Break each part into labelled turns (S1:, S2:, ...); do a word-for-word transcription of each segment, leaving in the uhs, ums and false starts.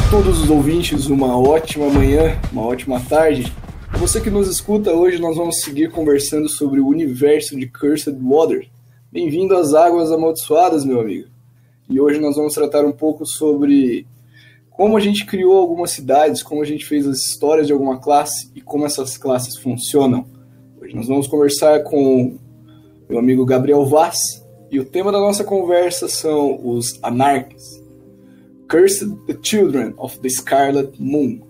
S1: todos os ouvintes uma ótima manhã, uma ótima tarde. Para você que nos escuta, hoje nós vamos seguir conversando sobre o universo de Cursed Water. Bem-vindo às águas amaldiçoadas, meu amigo. E hoje nós vamos tratar um pouco sobre como a gente criou algumas cidades, como a gente fez as histórias de alguma classe e como essas classes funcionam. Hoje nós vamos conversar com meu amigo Gabriel Vaz e o tema da nossa conversa são os Anarchs. Cursed the Children of the Scarlet Moon.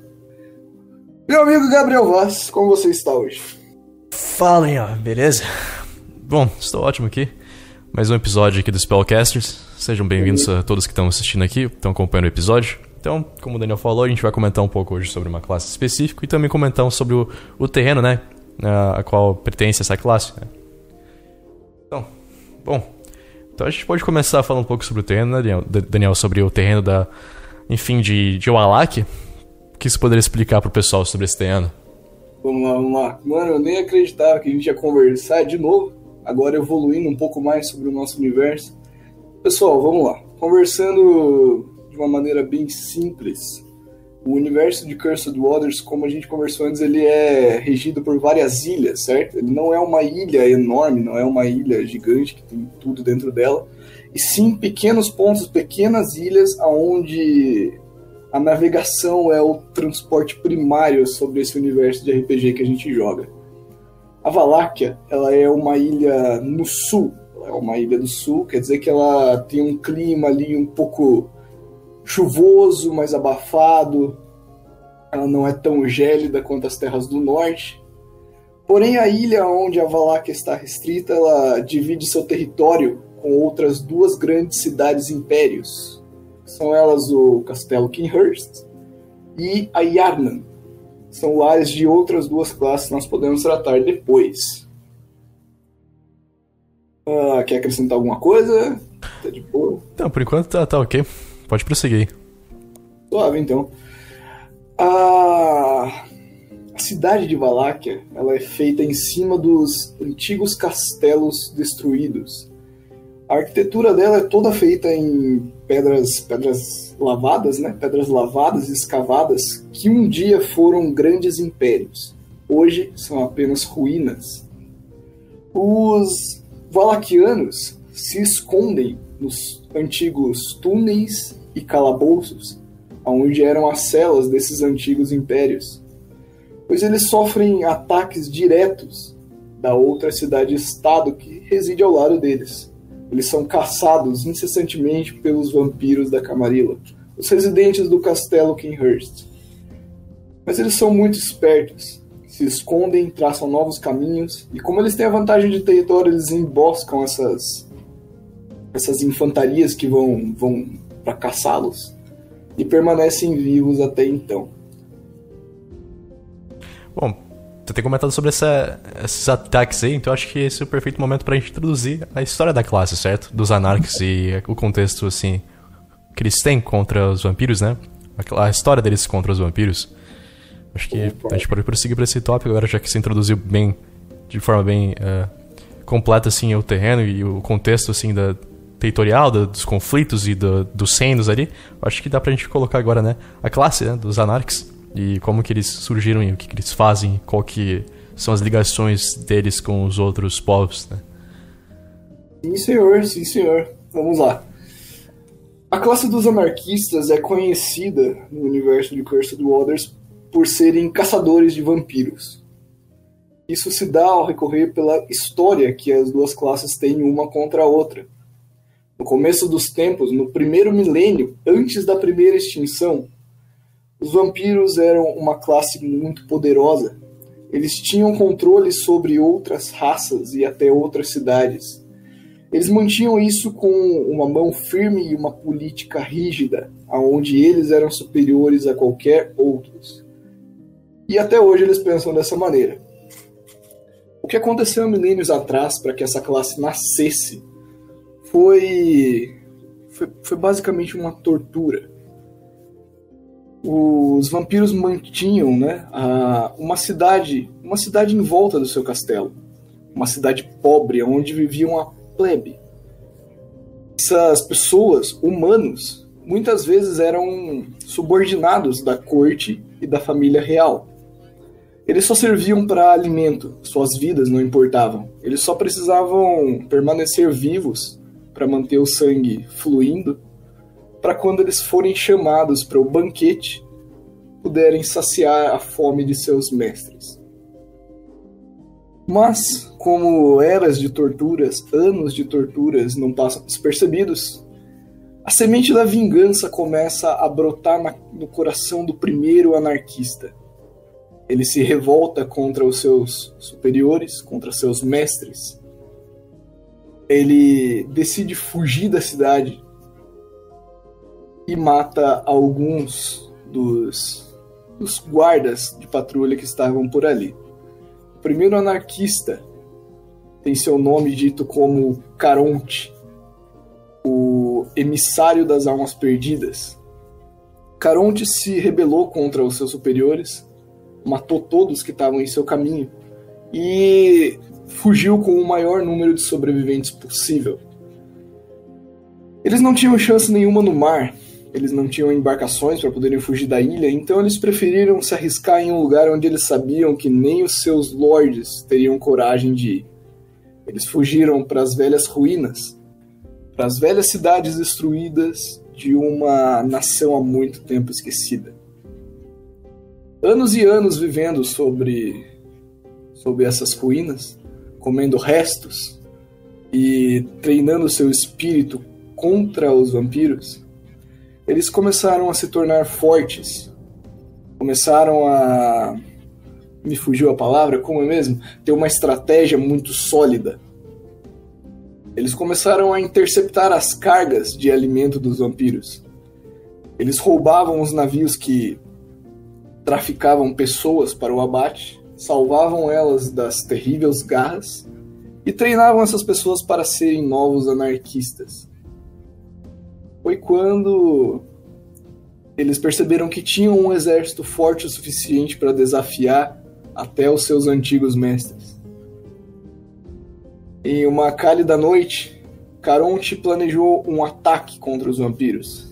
S1: Meu amigo Gabriel Vaz, como você está hoje?
S2: Fala, hein, ó, beleza? Bom, estou ótimo aqui. Mais um episódio aqui do Spellcasters. Sejam bem-vindos a todos que estão assistindo aqui, estão acompanhando o episódio. Então, como o Daniel falou, a gente vai comentar um pouco hoje sobre uma classe específica e também comentar sobre o, o terreno, né, a, a qual pertence essa classe. Né? Então, bom... Então a gente pode começar a falar um pouco sobre o terreno, né, Daniel? Daniel, sobre o terreno da, enfim, de, de Wallach. O que você poderia explicar pro pessoal sobre esse terreno?
S1: Vamos lá, vamos lá. Mano, eu nem acreditava que a gente ia conversar de novo, agora evoluindo um pouco mais sobre o nosso universo. Pessoal, vamos lá. Conversando de uma maneira bem simples, o universo de Cursed Waters, como a gente conversou antes, ele é regido por várias ilhas, certo? Ele não é uma ilha enorme, não é uma ilha gigante que tem tudo dentro dela, e sim pequenos pontos, pequenas ilhas onde a navegação é o transporte primário sobre esse universo de R P G que a gente joga. A Valáquia, ela é uma ilha no sul, ela é uma ilha do sul, quer dizer que ela tem um clima ali um pouco chuvoso, mais abafado, ela não é tão gélida quanto as terras do norte. Porém, a ilha onde a Valáquia está restrita, ela divide seu território com outras duas grandes cidades impérios. São elas o Castelo Kinghurst e a Yharnan. São lares de outras duas classes que nós podemos tratar depois. Ah, quer acrescentar alguma coisa? Tá de boa?
S2: Então, por enquanto tá, tá ok. Pode prosseguir.
S1: Suave, então. A... a cidade de Valáquia, ela é feita em cima dos antigos castelos destruídos. A arquitetura dela é toda feita em pedras, pedras lavadas, né? Pedras lavadas e escavadas que um dia foram grandes impérios. Hoje são apenas ruínas. Os valaquianos se escondem nos antigos túneis e calabouços, onde eram as celas desses antigos impérios, pois eles sofrem ataques diretos da outra cidade-estado que reside ao lado deles. Eles são caçados incessantemente pelos vampiros da Camarilla, os residentes do castelo Kinghurst. Mas eles são muito espertos, se escondem, traçam novos caminhos, e como eles têm a vantagem de território, eles emboscam essas essas infantarias que vão, vão para caçá-los e permanecem vivos até então.
S2: Bom, tu tem comentado sobre essa, esses ataques aí, então acho que esse é o perfeito momento pra gente introduzir a história da classe, certo? Dos Anarchs e o contexto, assim, que eles têm contra os vampiros, né? A, a história deles contra os vampiros. Acho que Opa. a gente pode prosseguir pra esse tópico agora, já que se introduziu bem, de forma bem uh, completa, assim, o terreno e o contexto, assim, da territorial, da, dos conflitos e do, dos reinos ali. Acho que dá pra gente colocar agora, né, a classe, né, dos Anarchs e como que eles surgiram e o que, que eles fazem, qual que são as ligações deles com os outros povos, né?
S1: Sim, senhor, sim, senhor. Vamos lá. A classe dos anarquistas é conhecida no universo de Cursed Waters por serem caçadores de vampiros. Isso se dá ao recorrer pela história que as duas classes têm uma contra a outra. No começo dos tempos, no primeiro milênio, antes da primeira extinção, os vampiros eram uma classe muito poderosa. Eles tinham controle sobre outras raças e até outras cidades. Eles mantinham isso com uma mão firme e uma política rígida, onde eles eram superiores a qualquer outros. E até hoje eles pensam dessa maneira. O que aconteceu milênios atrás para que essa classe nascesse foi, foi, foi basicamente uma tortura. Os vampiros mantinham, né, a, uma cidade, uma cidade em volta do seu castelo. Uma cidade pobre, onde viviam a plebe. Essas pessoas, humanos, muitas vezes eram subordinados da corte e da família real. Eles só serviam para alimento, suas vidas não importavam. Eles só precisavam permanecer vivos para manter o sangue fluindo, para quando eles forem chamados para o banquete, puderem saciar a fome de seus mestres. Mas, como eras de torturas, anos de torturas não passam despercebidos, a semente da vingança começa a brotar na, no coração do primeiro anarquista. Ele se revolta contra os seus superiores, contra seus mestres. Ele decide fugir da cidade e mata alguns dos, dos guardas de patrulha que estavam por ali. O primeiro anarquista tem seu nome dito como Caronte, o emissário das almas perdidas. Caronte se rebelou contra os seus superiores, matou todos que estavam em seu caminho e fugiu com o maior número de sobreviventes possível. Eles não tinham chance nenhuma no mar, eles não tinham embarcações para poderem fugir da ilha, então eles preferiram se arriscar em um lugar onde eles sabiam que nem os seus lords teriam coragem de ir. Eles fugiram para as velhas ruínas, para as velhas cidades destruídas de uma nação há muito tempo esquecida. Anos e anos vivendo sobre, sobre essas ruínas, comendo restos e treinando seu espírito contra os vampiros, eles começaram a se tornar fortes. Começaram a... Me fugiu a palavra, como é mesmo? Ter uma estratégia muito sólida. Eles começaram a interceptar as cargas de alimento dos vampiros. Eles roubavam os navios que traficavam pessoas para o abate, salvavam elas das terríveis garras e treinavam essas pessoas para serem novos anarquistas. Foi quando eles perceberam que tinham um exército forte o suficiente para desafiar até os seus antigos mestres. Em uma cálida noite, Caronte planejou um ataque contra os vampiros.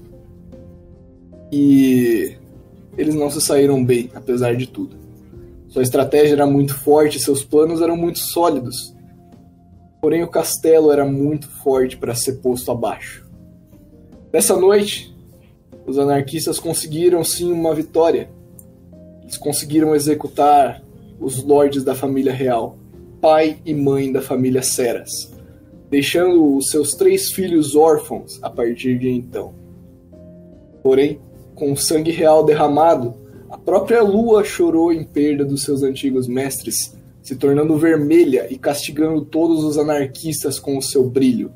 S1: E eles não se saíram bem, apesar de tudo. Sua estratégia era muito forte, seus planos eram muito sólidos. Porém, o castelo era muito forte para ser posto abaixo. Nessa noite, os anarquistas conseguiram sim uma vitória. Eles conseguiram executar os lordes da família real, pai e mãe da família Ceras, deixando os seus três filhos órfãos a partir de então. Porém, com o sangue real derramado, a própria lua chorou em perda dos seus antigos mestres, se tornando vermelha e castigando todos os anarquistas com o seu brilho.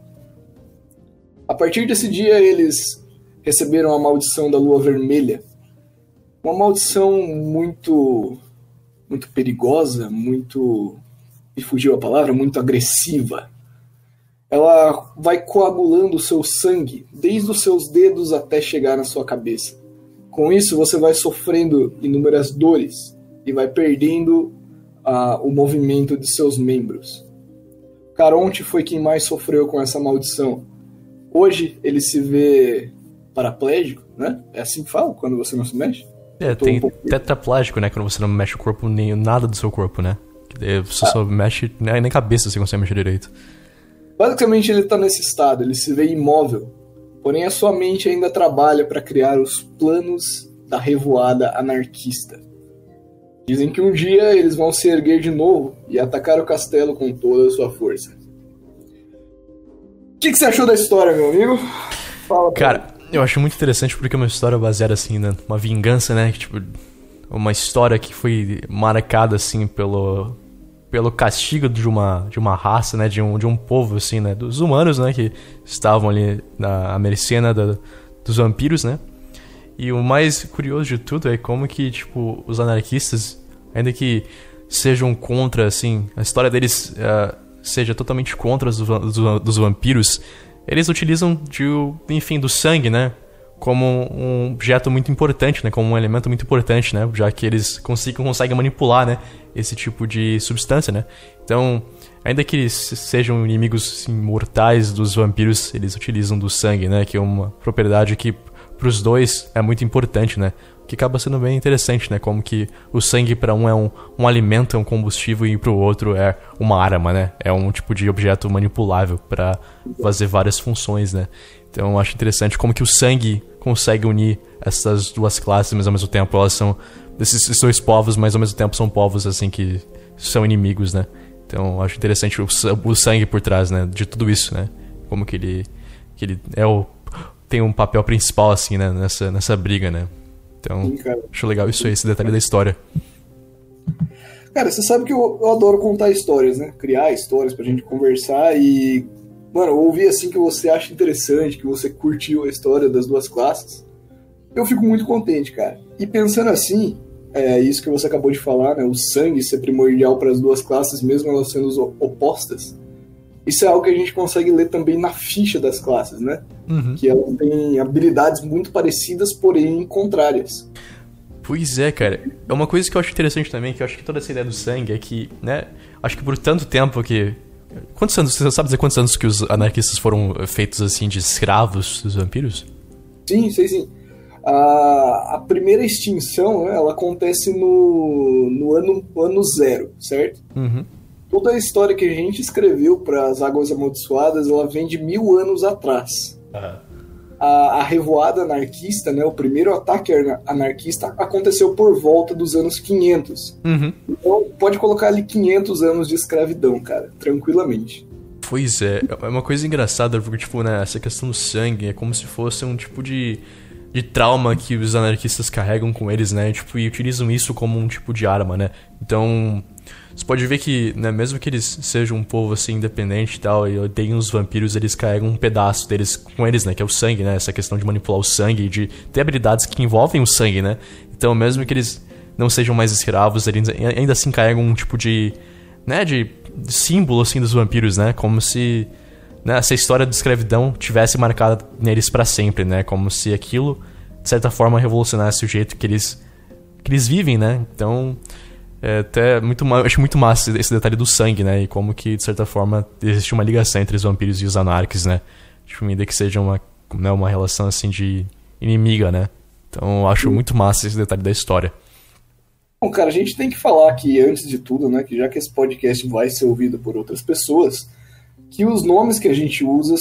S1: A partir desse dia, eles receberam a maldição da lua vermelha. Uma maldição muito, muito perigosa, muito, me fugiu a palavra, muito agressiva. Ela vai coagulando o seu sangue, desde os seus dedos até chegar na sua cabeça. Com isso, você vai sofrendo inúmeras dores e vai perdendo uh, o movimento de seus membros. Caronte foi quem mais sofreu com essa maldição. Hoje ele se vê paraplégico, né? É assim que fala quando você não se mexe?
S2: É, tem um pouco... tetraplágico, né? Quando você não mexe o corpo, nem nada do seu corpo, né? Você ah. só mexe, nem a cabeça você consegue mexer direito.
S1: Basicamente ele tá nesse estado, ele se vê imóvel. Porém a sua mente ainda trabalha para criar os planos da revoada anarquista. Dizem que um dia eles vão se erguer de novo e atacar o castelo com toda a sua força. O que, que você achou da história, meu amigo? Fala,
S2: cara, eu acho muito interessante porque é uma história baseada assim, né? Uma vingança, né? Tipo, uma história que foi marcada assim pelo pelo castigo de uma de uma raça, né? De um de um povo assim, né? Dos humanos, né? Que estavam ali na mercê, né? Da, dos vampiros, né? E o mais curioso de tudo é como que tipo os anarquistas, ainda que sejam contra, assim, a história deles uh, seja totalmente contra os, dos, dos vampiros, eles utilizam de, enfim, do sangue, né? Como um objeto muito importante, né? Como um elemento muito importante, né? Já que eles conseguem, conseguem manipular, né? Esse tipo de substância, né? Então, ainda que eles sejam inimigos assim, mortais dos vampiros, eles utilizam do sangue, né? Que é uma propriedade que pros dois é muito importante, né? O que acaba sendo bem interessante, né? Como que o sangue pra um é um, um alimento, é um combustível, e pro outro é uma arma, né? É um tipo de objeto manipulável pra fazer várias funções, né? Então eu acho interessante como que o sangue consegue unir essas duas classes, mas ao mesmo tempo elas são... Esses, esses dois povos, mas ao mesmo tempo são povos, assim, que são inimigos, né? Então eu acho interessante o, o sangue por trás, né? De tudo isso, né? Como que ele... Que ele é o... Tem um papel principal, assim, né? Nessa, nessa briga, né? Então, sim, acho legal isso aí, esse detalhe da história.
S1: Cara, você sabe que eu, eu adoro contar histórias, né? Criar histórias pra gente conversar e... Mano, ouvir assim que você acha interessante, que você curtiu a história das duas classes, eu fico muito contente, cara. E pensando assim, é isso que você acabou de falar, né? O sangue ser primordial para as duas classes, mesmo elas sendo opostas. Isso é algo que a gente consegue ler também na ficha das classes, né? Uhum. Que elas têm habilidades muito parecidas, porém contrárias.
S2: Pois é, cara. É uma coisa que eu acho interessante também, que eu acho que toda essa ideia do sangue é que, né? Acho que por tanto tempo que... Quantos anos, você sabe dizer quantos anos que os anarquistas foram feitos, assim, de escravos dos vampiros?
S1: Sim, sei sim. A, a primeira extinção, né, ela acontece no, no ano, ano zero, certo? Uhum. Toda a história que a gente escreveu para as Águas Amaldiçoadas, ela vem de mil anos atrás. Uhum. A, a revoada anarquista, né, o primeiro ataque anarquista aconteceu por volta dos anos quinhentos. Uhum. Então pode colocar ali quinhentos anos de escravidão, cara, tranquilamente.
S2: Pois é, é uma coisa engraçada, porque tipo, né, essa questão do sangue é como se fosse um tipo de, de trauma que os anarquistas carregam com eles, né, tipo, e utilizam isso como um tipo de arma, né. Então... Você pode ver que, né, mesmo que eles sejam um povo assim independente e tal, e odeiem os vampiros, eles carregam um pedaço deles com eles, né, que é o sangue, né, essa questão de manipular o sangue, de ter habilidades que envolvem o sangue, né. Então, mesmo que eles não sejam mais escravos, eles ainda assim carregam um tipo de, né, de símbolo assim dos vampiros, né, como se, né, essa história de escravidão tivesse marcado neles pra sempre, né, como se aquilo de certa forma revolucionasse o jeito que eles que eles vivem, né. Então, é até muito, eu acho muito massa esse detalhe do sangue, né? E como que, de certa forma, existe uma ligação entre os vampiros e os anarques, né? Tipo, ainda que seja uma, né, uma relação, assim, de inimiga, né? Então, eu acho muito massa esse detalhe da história.
S1: Bom, cara, a gente tem que falar aqui, antes de tudo, né? Que já que esse podcast vai ser ouvido por outras pessoas, que os nomes que a gente usa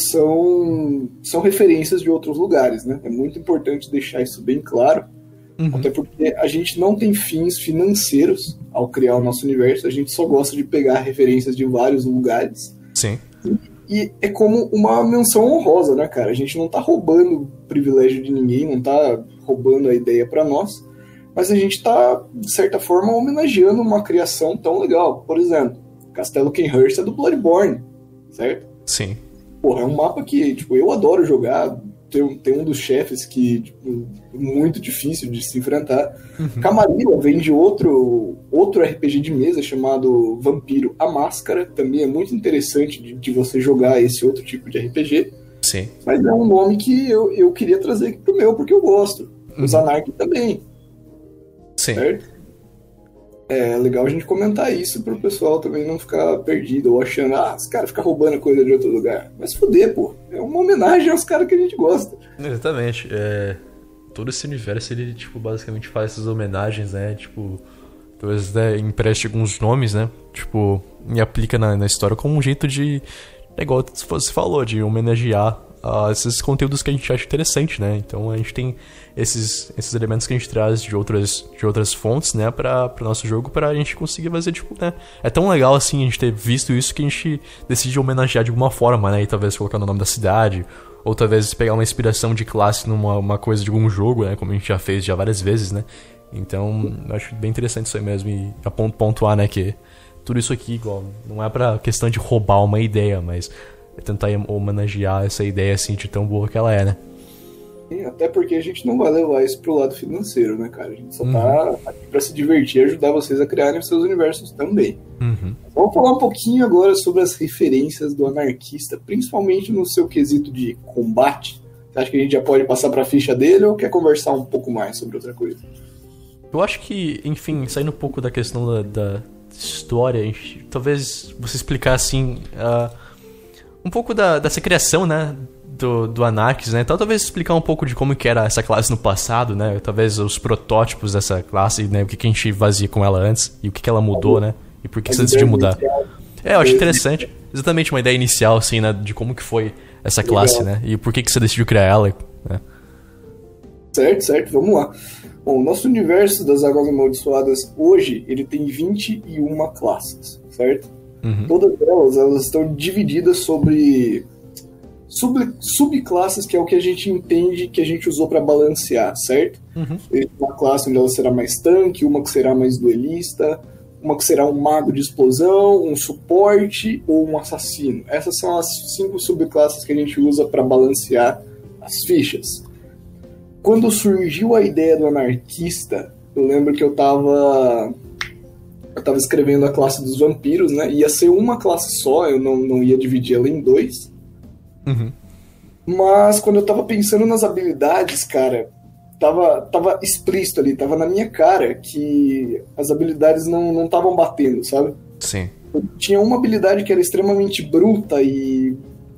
S1: são, são referências de outros lugares, né? É muito importante deixar isso bem claro. Uhum. Até porque a gente não tem fins financeiros ao criar o nosso universo, a gente só gosta de pegar referências de vários lugares.
S2: Sim.
S1: E, e é como uma menção honrosa, né, cara? A gente não tá roubando o privilégio de ninguém, não tá roubando a ideia pra nós, mas a gente tá, de certa forma, homenageando uma criação tão legal. Por exemplo, Castelo Kenhurst é do Bloodborne, certo?
S2: Sim.
S1: Porra, é um mapa que, tipo, eu adoro jogar. Tem, tem um dos chefes que, tipo, muito difícil de se enfrentar. Uhum. Camarilla vem de outro, outro R P G de mesa chamado Vampiro a Máscara. Também é muito interessante de, de você jogar esse outro tipo de R P G.
S2: Sim.
S1: Mas é um nome que eu, eu queria trazer aqui pro meu, porque eu gosto. Uhum. Os Anark também.
S2: Sim.
S1: Certo? É legal a gente comentar isso pro pessoal também não ficar perdido ou achando, ah, os caras ficam roubando coisa de outro lugar. Mas foder, pô. É uma homenagem aos caras que a gente gosta.
S2: Exatamente. É... Todo esse universo, ele, tipo, basicamente faz essas homenagens, né? Tipo, talvez até empreste alguns nomes, né? Tipo, e aplica na, na história como um jeito de... É igual você falou, de homenagear a esses conteúdos que a gente acha interessante, né? Então a gente tem esses, esses elementos que a gente traz de outras, de outras fontes, né, para o nosso jogo, pra gente conseguir fazer, tipo, né? É tão legal, assim, a gente ter visto isso que a gente decide homenagear de alguma forma, né? E talvez colocar no nome da cidade, ou talvez pegar uma inspiração de classe numa uma coisa de algum jogo, né? Como a gente já fez já várias vezes, né? Então, eu acho bem interessante isso aí mesmo. E a pontuar, né, que tudo isso aqui, igual, não é pra questão de roubar uma ideia, mas é tentar homenagear essa ideia, assim, de tão boa que ela é, né?
S1: Sim, até porque a gente não vai levar isso pro lado financeiro, né, cara? A gente só uhum. tá aqui pra se divertir e ajudar vocês a criarem os seus universos também.
S2: Uhum.
S1: Vamos falar um pouquinho agora sobre as referências do anarquista, principalmente no seu quesito de combate. Você acha que a gente já pode passar pra ficha dele ou quer conversar um pouco mais sobre outra coisa?
S2: Eu acho que, enfim, saindo um pouco da questão da, da história, a gente, talvez você explicar, assim, uh, um pouco da, dessa criação, né? Do, do Anarquis, né? Então talvez explicar um pouco de como que era essa classe no passado, né? Talvez os protótipos dessa classe, né? O que, que a gente fazia com ela antes e o que, que ela mudou, né? E por que, que você decidiu mudar. É, eu acho interessante. Exatamente uma ideia inicial, assim, né? De como que foi essa classe, né? E por que, que você decidiu criar ela, né?
S1: Certo, certo. Vamos lá. Bom, o nosso universo das Águas Amaldiçoadas hoje, ele tem vinte e uma classes, certo? Uhum. Todas elas, elas estão divididas sobre... Sub, subclasses, que é o que a gente entende que a gente usou para balancear, certo? Uhum. Uma classe onde ela será mais tanque, uma que será mais duelista, uma que será um mago de explosão, um suporte ou um assassino. Essas são as cinco subclasses que a gente usa para balancear as fichas. Quando surgiu a ideia do anarquista, eu lembro que eu estava eu tava escrevendo a classe dos vampiros, né? Ia ser uma classe só, eu não, não ia dividir ela em dois. Uhum. Mas quando eu tava pensando nas habilidades, cara, tava, tava explícito ali, tava na minha cara que as habilidades não estavam batendo, sabe?
S2: Sim.
S1: Eu tinha uma habilidade que era extremamente bruta e,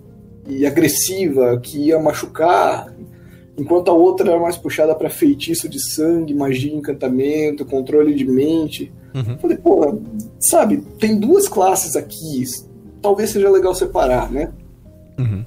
S1: e agressiva, que ia machucar, enquanto a outra era mais puxada pra feitiço de sangue, magia, encantamento, controle de mente. Uhum. Falei, porra, sabe, tem duas classes aqui, talvez seja legal separar, né? Uhum.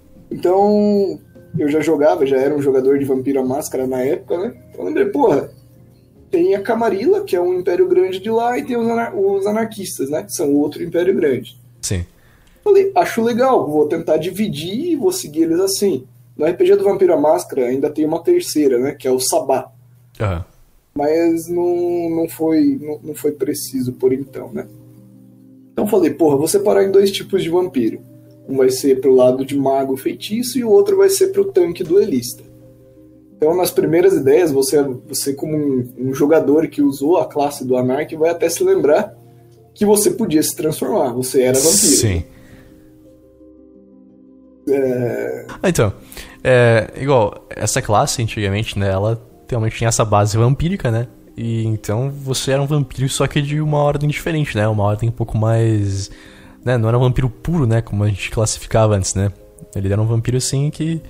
S1: Então, eu já jogava, já era um jogador de Vampiro à Máscara na época, né? Eu lembrei, porra, tem a Camarilla, que é um império grande de lá, e tem os, anar- os anarquistas, né? Que são outro império grande.
S2: Sim.
S1: Falei, acho legal, vou tentar dividir e vou seguir eles assim. No R P G do Vampiro à Máscara ainda tem uma terceira, né? Que é o Sabá.
S2: Uhum.
S1: Mas não, não, foi, não, não foi preciso por então, né? Então falei, porra, vou separar em dois tipos de vampiro. Um vai ser pro lado de mago feitiço e o outro vai ser pro tanque duelista. Então, nas primeiras ideias, você, você como um, um jogador que usou a classe do Anark, vai até se lembrar que você podia se transformar, você era vampiro.
S2: Sim.
S1: É...
S2: Ah, então, é, igual, essa classe antigamente, né, ela realmente tinha essa base vampírica, né? E então você era um vampiro, só que de uma ordem diferente, né? Uma ordem um pouco mais... Né? Não era um vampiro puro, né? Como a gente classificava antes, né? Ele era um vampiro, assim, que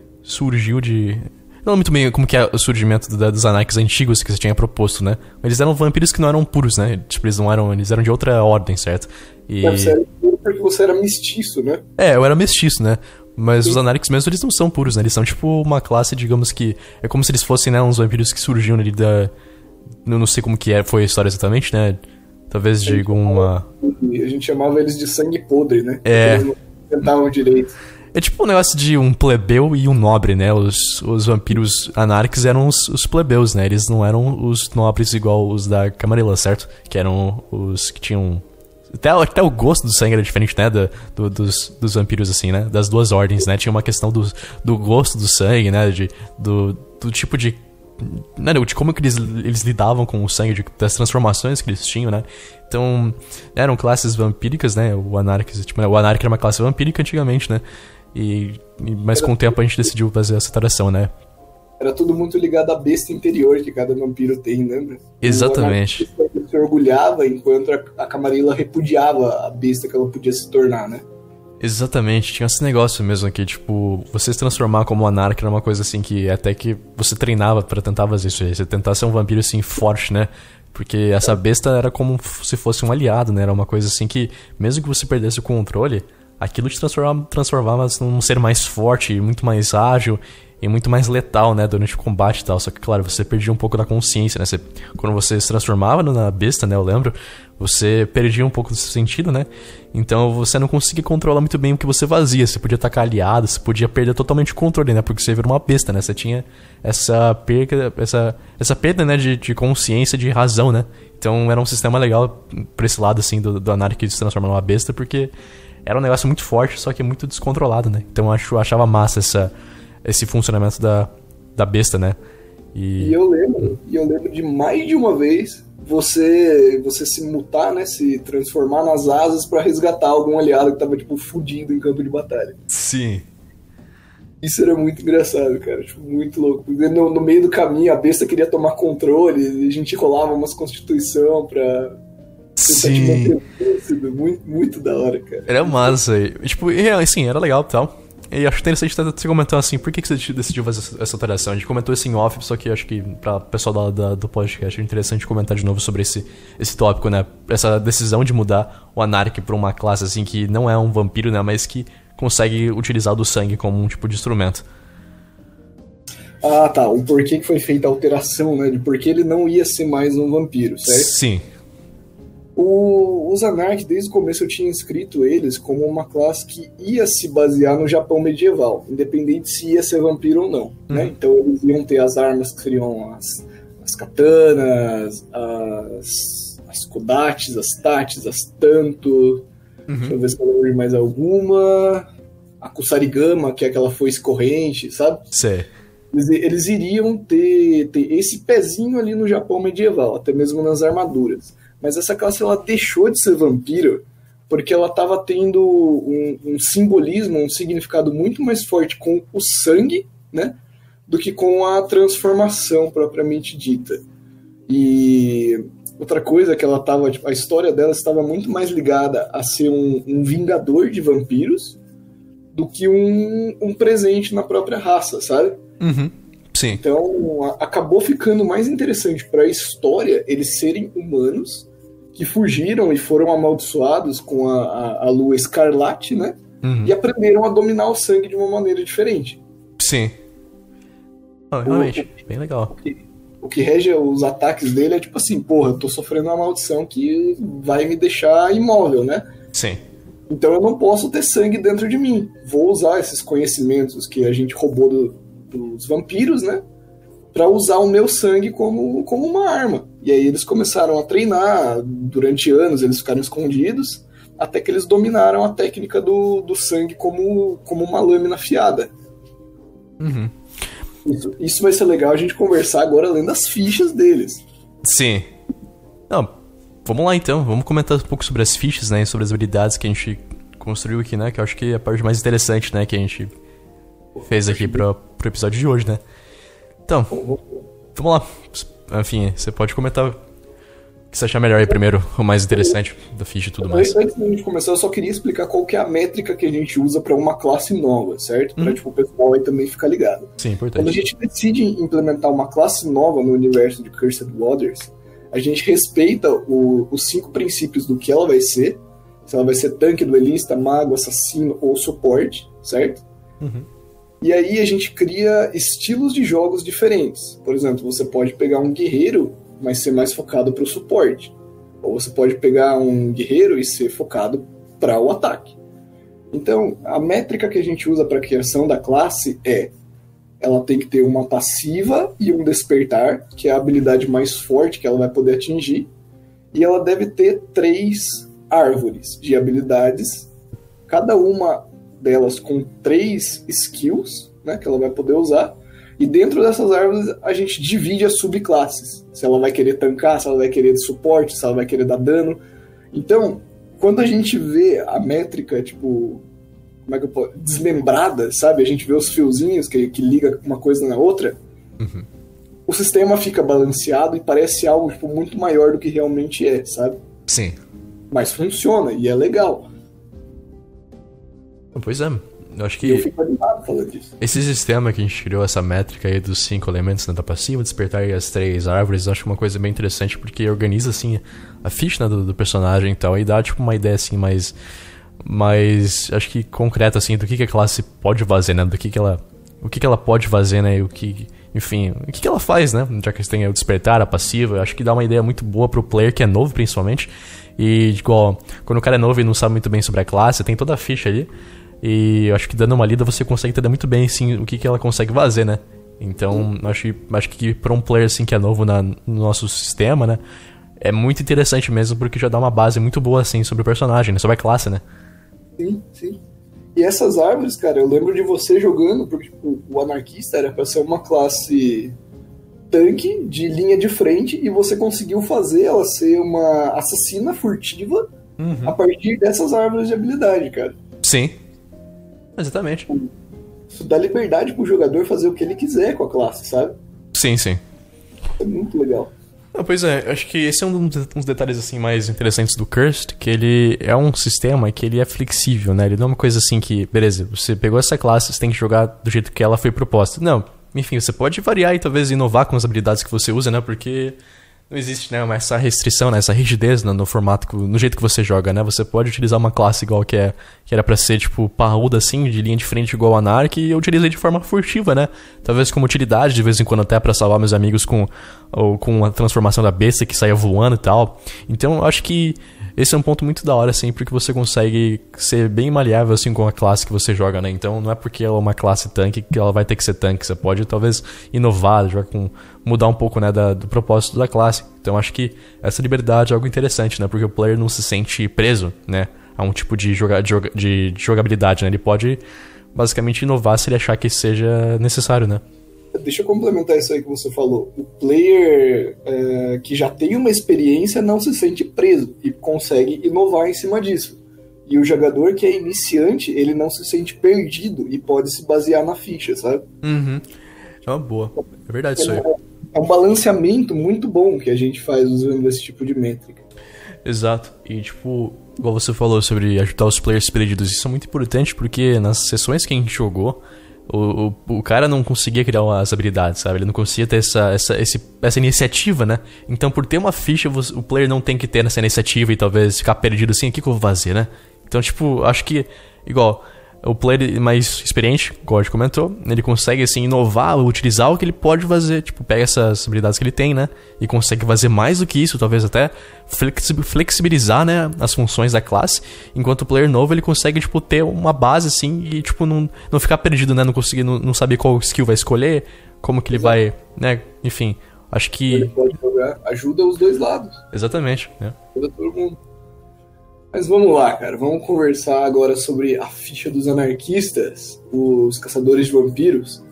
S2: surgiu de... Não muito bem como que é o surgimento do, dos Anarques antigos que você tinha proposto, né? Eles eram vampiros que não eram puros, né? Tipo, eles não eram... Eles eram de outra ordem, certo? E...
S1: Você era puro porque você era mestiço, né?
S2: É, eu era mestiço, né? Mas Sim. Os Anarques mesmo, eles não são puros, né? Eles são, tipo, uma classe, digamos que... É como se eles fossem, né? Uns vampiros que surgiam ali da... Eu não sei como que é, foi a história exatamente, né? Talvez de alguma...
S1: A gente chamava eles de sangue podre, né?
S2: É.
S1: Eles não tentavam direito.
S2: É tipo um negócio de um plebeu e um nobre, né? Os, os vampiros anarques eram os, os plebeus, né? Eles não eram os nobres igual os da Camarilla, certo? Que eram os que tinham... Até, até o gosto do sangue era diferente, né? Da, do, dos, dos vampiros, assim, né? Das duas ordens, né? Tinha uma questão do, do gosto do sangue, né? De, do, do tipo de... Não, de como que eles, eles lidavam com o sangue, de, das transformações que eles tinham, né? Então, eram classes vampíricas, né? O Anarquis, tipo, o Anarque era uma classe vampírica antigamente, né? E, e, mas com o tempo a gente decidiu fazer essa separação, né?
S1: Era tudo muito ligado à besta interior que cada vampiro tem, lembra?
S2: Exatamente.
S1: O se orgulhava enquanto a, a Camarilla repudiava a besta que ela podia se tornar, né?
S2: Exatamente, tinha esse negócio mesmo aqui, tipo, você se transformar como anarca era uma coisa assim que até que você treinava pra tentar fazer isso aí, você tentar ser um vampiro assim forte, né? Porque essa besta era como se fosse um aliado, né? Era uma coisa assim que, mesmo que você perdesse o controle, aquilo te transformava, transformava num ser mais forte, muito mais ágil e muito mais letal, né? Durante o combate e tal. Só que, claro, você perdia um pouco da consciência, né? Você, quando você se transformava na besta, né? Eu lembro, você perdia um pouco desse sentido, né? Então você não conseguia controlar muito bem o que você fazia. Você podia atacar aliados, você podia perder totalmente o controle, né? Porque você vira uma besta, né? Você tinha essa perda, essa, essa perda, né? De, de consciência, de razão, né? Então era um sistema legal pra esse lado, assim, do, do anarca de se transformar numa besta, porque era um negócio muito forte, só que muito descontrolado, né? Então eu acho, achava massa essa, esse funcionamento da, da besta, né? E...
S1: e eu lembro, e eu lembro de mais de uma vez você, você se mutar, né? Se transformar nas asas pra resgatar algum aliado que tava, tipo, fudido em campo de batalha.
S2: Sim.
S1: Isso era muito engraçado, cara. Tipo, muito louco. No, no meio do caminho, a besta queria tomar controle, e a gente rolava umas constituição pra...
S2: Sim.
S1: Muito, muito da hora, cara.
S2: Era massa. E, tipo, e, assim, era legal e tal. E acho interessante que você comentou assim, por que, que você decidiu fazer essa alteração? A gente comentou isso em off, só que acho que pra pessoal da, da, do podcast é interessante comentar de novo sobre esse, esse tópico, né? Essa decisão de mudar o Anark pra uma classe assim que não é um vampiro, né? Mas que consegue utilizar do sangue como um tipo de instrumento.
S1: Ah, tá. O porquê que foi feita a alteração, né? De porque ele não ia ser mais um vampiro, certo?
S2: Sim.
S1: O, os Anark, desde o começo eu tinha escrito eles como uma classe que ia se basear no Japão medieval, independente se ia ser vampiro ou não, uhum. né? Então eles iam ter as armas que seriam as, as katanas, as, as kodates, as tates, as tanto, uhum. deixa eu ver se eu lembro de mais alguma, a kusarigama, que é aquela foice corrente, sabe?
S2: Sim.
S1: Eles, eles iriam ter, ter esse pezinho ali no Japão medieval, até mesmo nas armaduras. Mas essa classe ela deixou de ser vampiro porque ela estava tendo um, um simbolismo, um significado muito mais forte com o sangue, né, do que com a transformação propriamente dita. E outra coisa que ela estava, tipo, a história dela estava muito mais ligada a ser um, um vingador de vampiros do que um, um presente na própria raça, sabe?
S2: Uhum. Sim.
S1: Então a, acabou ficando mais interessante para a história eles serem humanos que fugiram e foram amaldiçoados com a, a, a lua escarlate, né? Uhum. E aprenderam a dominar o sangue de uma maneira diferente.
S2: Sim. Oh, realmente, o, bem legal.
S1: O que, o que rege os ataques dele é tipo assim, porra, eu tô sofrendo uma maldição que vai me deixar imóvel, né?
S2: Sim.
S1: Então eu não posso ter sangue dentro de mim. Vou usar esses conhecimentos que a gente roubou do, dos vampiros, né? Pra usar o meu sangue como, como uma arma. E aí eles começaram a treinar, durante anos eles ficaram escondidos, até que eles dominaram a técnica do, do sangue como, como uma lâmina afiada.
S2: Uhum.
S1: Isso, isso vai ser legal a gente conversar agora lendo as fichas deles.
S2: Sim. Não, vamos lá então, vamos comentar um pouco sobre as fichas, né, sobre as habilidades que a gente construiu aqui, né, que eu acho que é a parte mais interessante, né, que a gente fez aqui pro, pro episódio de hoje, né. Então, vamos lá. Enfim, você pode comentar o que você achar melhor aí primeiro, o mais interessante da ficha e tudo mais.
S1: Antes da gente começar, eu só queria explicar qual que é a métrica que a gente usa para uma classe nova, certo? Para, uhum. tipo, o pessoal aí também ficar ligado.
S2: Sim, importante.
S1: Quando a gente decide implementar uma classe nova no universo de Cursed Waters, a gente respeita o, os cinco princípios do que ela vai ser. Se ela vai ser tanque, duelista, mago, assassino ou suporte, certo?
S2: Uhum.
S1: E aí a gente cria estilos de jogos diferentes. Por exemplo, você pode pegar um guerreiro, mas ser mais focado para o suporte. Ou você pode pegar um guerreiro e ser focado para o ataque. Então, a métrica que a gente usa para a criação da classe é: ela tem que ter uma passiva e um despertar, que é a habilidade mais forte que ela vai poder atingir. E ela deve ter três árvores de habilidades, cada uma delas com três skills, né, que ela vai poder usar, e dentro dessas árvores a gente divide as subclasses, se ela vai querer tancar, se ela vai querer suporte, se ela vai querer dar dano. Então, quando a gente vê a métrica, tipo, como é que eu posso, desmembrada, sabe, a gente vê os fiozinhos que, que liga uma coisa na outra,
S2: uhum.
S1: o sistema fica balanceado e parece algo, tipo, muito maior do que realmente é, sabe?
S2: Sim.
S1: Mas funciona e é legal.
S2: Pois é, eu acho que
S1: eu fico animado falando disso.
S2: Esse sistema que a gente criou, essa métrica aí dos cinco elementos, né, da passiva, despertar e as três árvores, eu acho uma coisa bem interessante, porque organiza, assim, a ficha, né, do, do personagem e tal, e dá, tipo, uma ideia, assim, mais, mais, acho que concreta, assim, do que, que a classe pode fazer, né, do que que ela, o que que ela pode fazer, né, e o que, enfim, o que que ela faz, né, já que você tem o despertar, a passiva, eu acho que dá uma ideia muito boa pro player que é novo, principalmente, e, igual, quando o cara é novo e não sabe muito bem sobre a classe, tem toda a ficha ali. E eu acho que dando uma lida você consegue entender muito bem assim, o que, que ela consegue fazer, né? Então, acho que, acho que pra um player assim, que é novo na, no nosso sistema, né? É muito interessante mesmo, porque já dá uma base muito boa assim, sobre o personagem, né? Sobre a classe, né?
S1: Sim, sim. E essas árvores, cara, eu lembro de você jogando, porque tipo, o anarquista era pra ser uma classe tanque de linha de frente, e você conseguiu fazer ela ser uma assassina furtiva uhum. a partir dessas árvores de habilidade, cara.
S2: Sim. Exatamente.
S1: Isso dá liberdade pro jogador fazer o que ele quiser com a classe, sabe?
S2: Sim, sim.
S1: É muito legal.
S2: Ah, pois é, eu acho que esse é um dos uns detalhes assim mais interessantes do Cursed, que ele é um sistema que ele é flexível, né? Ele não é uma coisa assim que, beleza, você pegou essa classe, você tem que jogar do jeito que ela foi proposta. Não, enfim, você pode variar e talvez inovar com as habilidades que você usa, né? Porque não existe, né, essa restrição, né, essa rigidez no, no formato, que, no jeito que você joga, né? Você pode utilizar uma classe igual que, é, que era pra ser, tipo, parruda assim, de linha de frente igual a Anark, e eu utilizei de forma furtiva, né? Talvez como utilidade, de vez em quando até pra salvar meus amigos com, ou, com a transformação da besta que saia voando e tal. Então, eu acho que esse é um ponto muito da hora, assim, porque você consegue ser bem maleável, assim, com a classe que você joga, né? Então, não é porque ela é uma classe tanque que ela vai ter que ser tanque. Você pode, talvez, inovar, jogar com, mudar um pouco, né, da, do propósito da classe. Então, acho que essa liberdade é algo interessante, né? Porque o player não se sente preso, né, a um tipo de, joga, de, de, de jogabilidade, né? Ele pode, basicamente, inovar se ele achar que seja necessário, né?
S1: Deixa eu complementar isso aí que você falou. O player é, que já tem uma experiência não se sente preso e consegue inovar em cima disso. E o jogador que é iniciante, ele não se sente perdido e pode se basear na ficha, sabe?
S2: Uhum. É uma boa. É verdade isso aí.
S1: É um balanceamento muito bom que a gente faz usando esse tipo de métrica.
S2: Exato. E, tipo, igual você falou sobre ajudar os players perdidos, isso é muito importante porque nas sessões que a gente jogou, O, o, o cara não conseguia criar as habilidades, sabe? Ele não conseguia ter essa, essa, esse, essa iniciativa, né? Então, por ter uma ficha, você, o player não tem que ter essa iniciativa e talvez ficar perdido assim, o que, que eu vou fazer, né? Então, tipo, acho que, igual, o player mais experiente, como a gente comentou, ele consegue, assim, inovar, utilizar o que ele pode fazer. Tipo, pega essas habilidades que ele tem, né? E consegue fazer mais do que isso, talvez até flexibilizar, né, as funções da classe. Enquanto o player novo, ele consegue, tipo, ter uma base, assim, e, tipo, não, não ficar perdido, né? Não conseguir, não, não saber qual skill vai escolher, como que ele Exato. vai, né? Enfim, acho que...
S1: Ele pode jogar, ajuda os dois lados.
S2: Exatamente, né?
S1: Ajuda todo mundo. Mas vamos lá, cara. Vamos conversar agora sobre a ficha dos anarquistas, os caçadores de vampiros.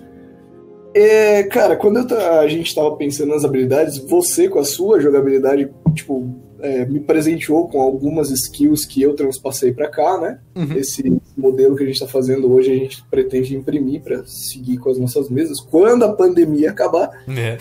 S1: É, cara, quando eu t- a gente tava pensando nas habilidades, você com a sua jogabilidade, tipo, é, me presenteou com algumas skills que eu transpassei pra cá, né? Uhum. Esse modelo que a gente tá fazendo hoje, a gente pretende imprimir pra seguir com as nossas mesas, quando a pandemia acabar. É.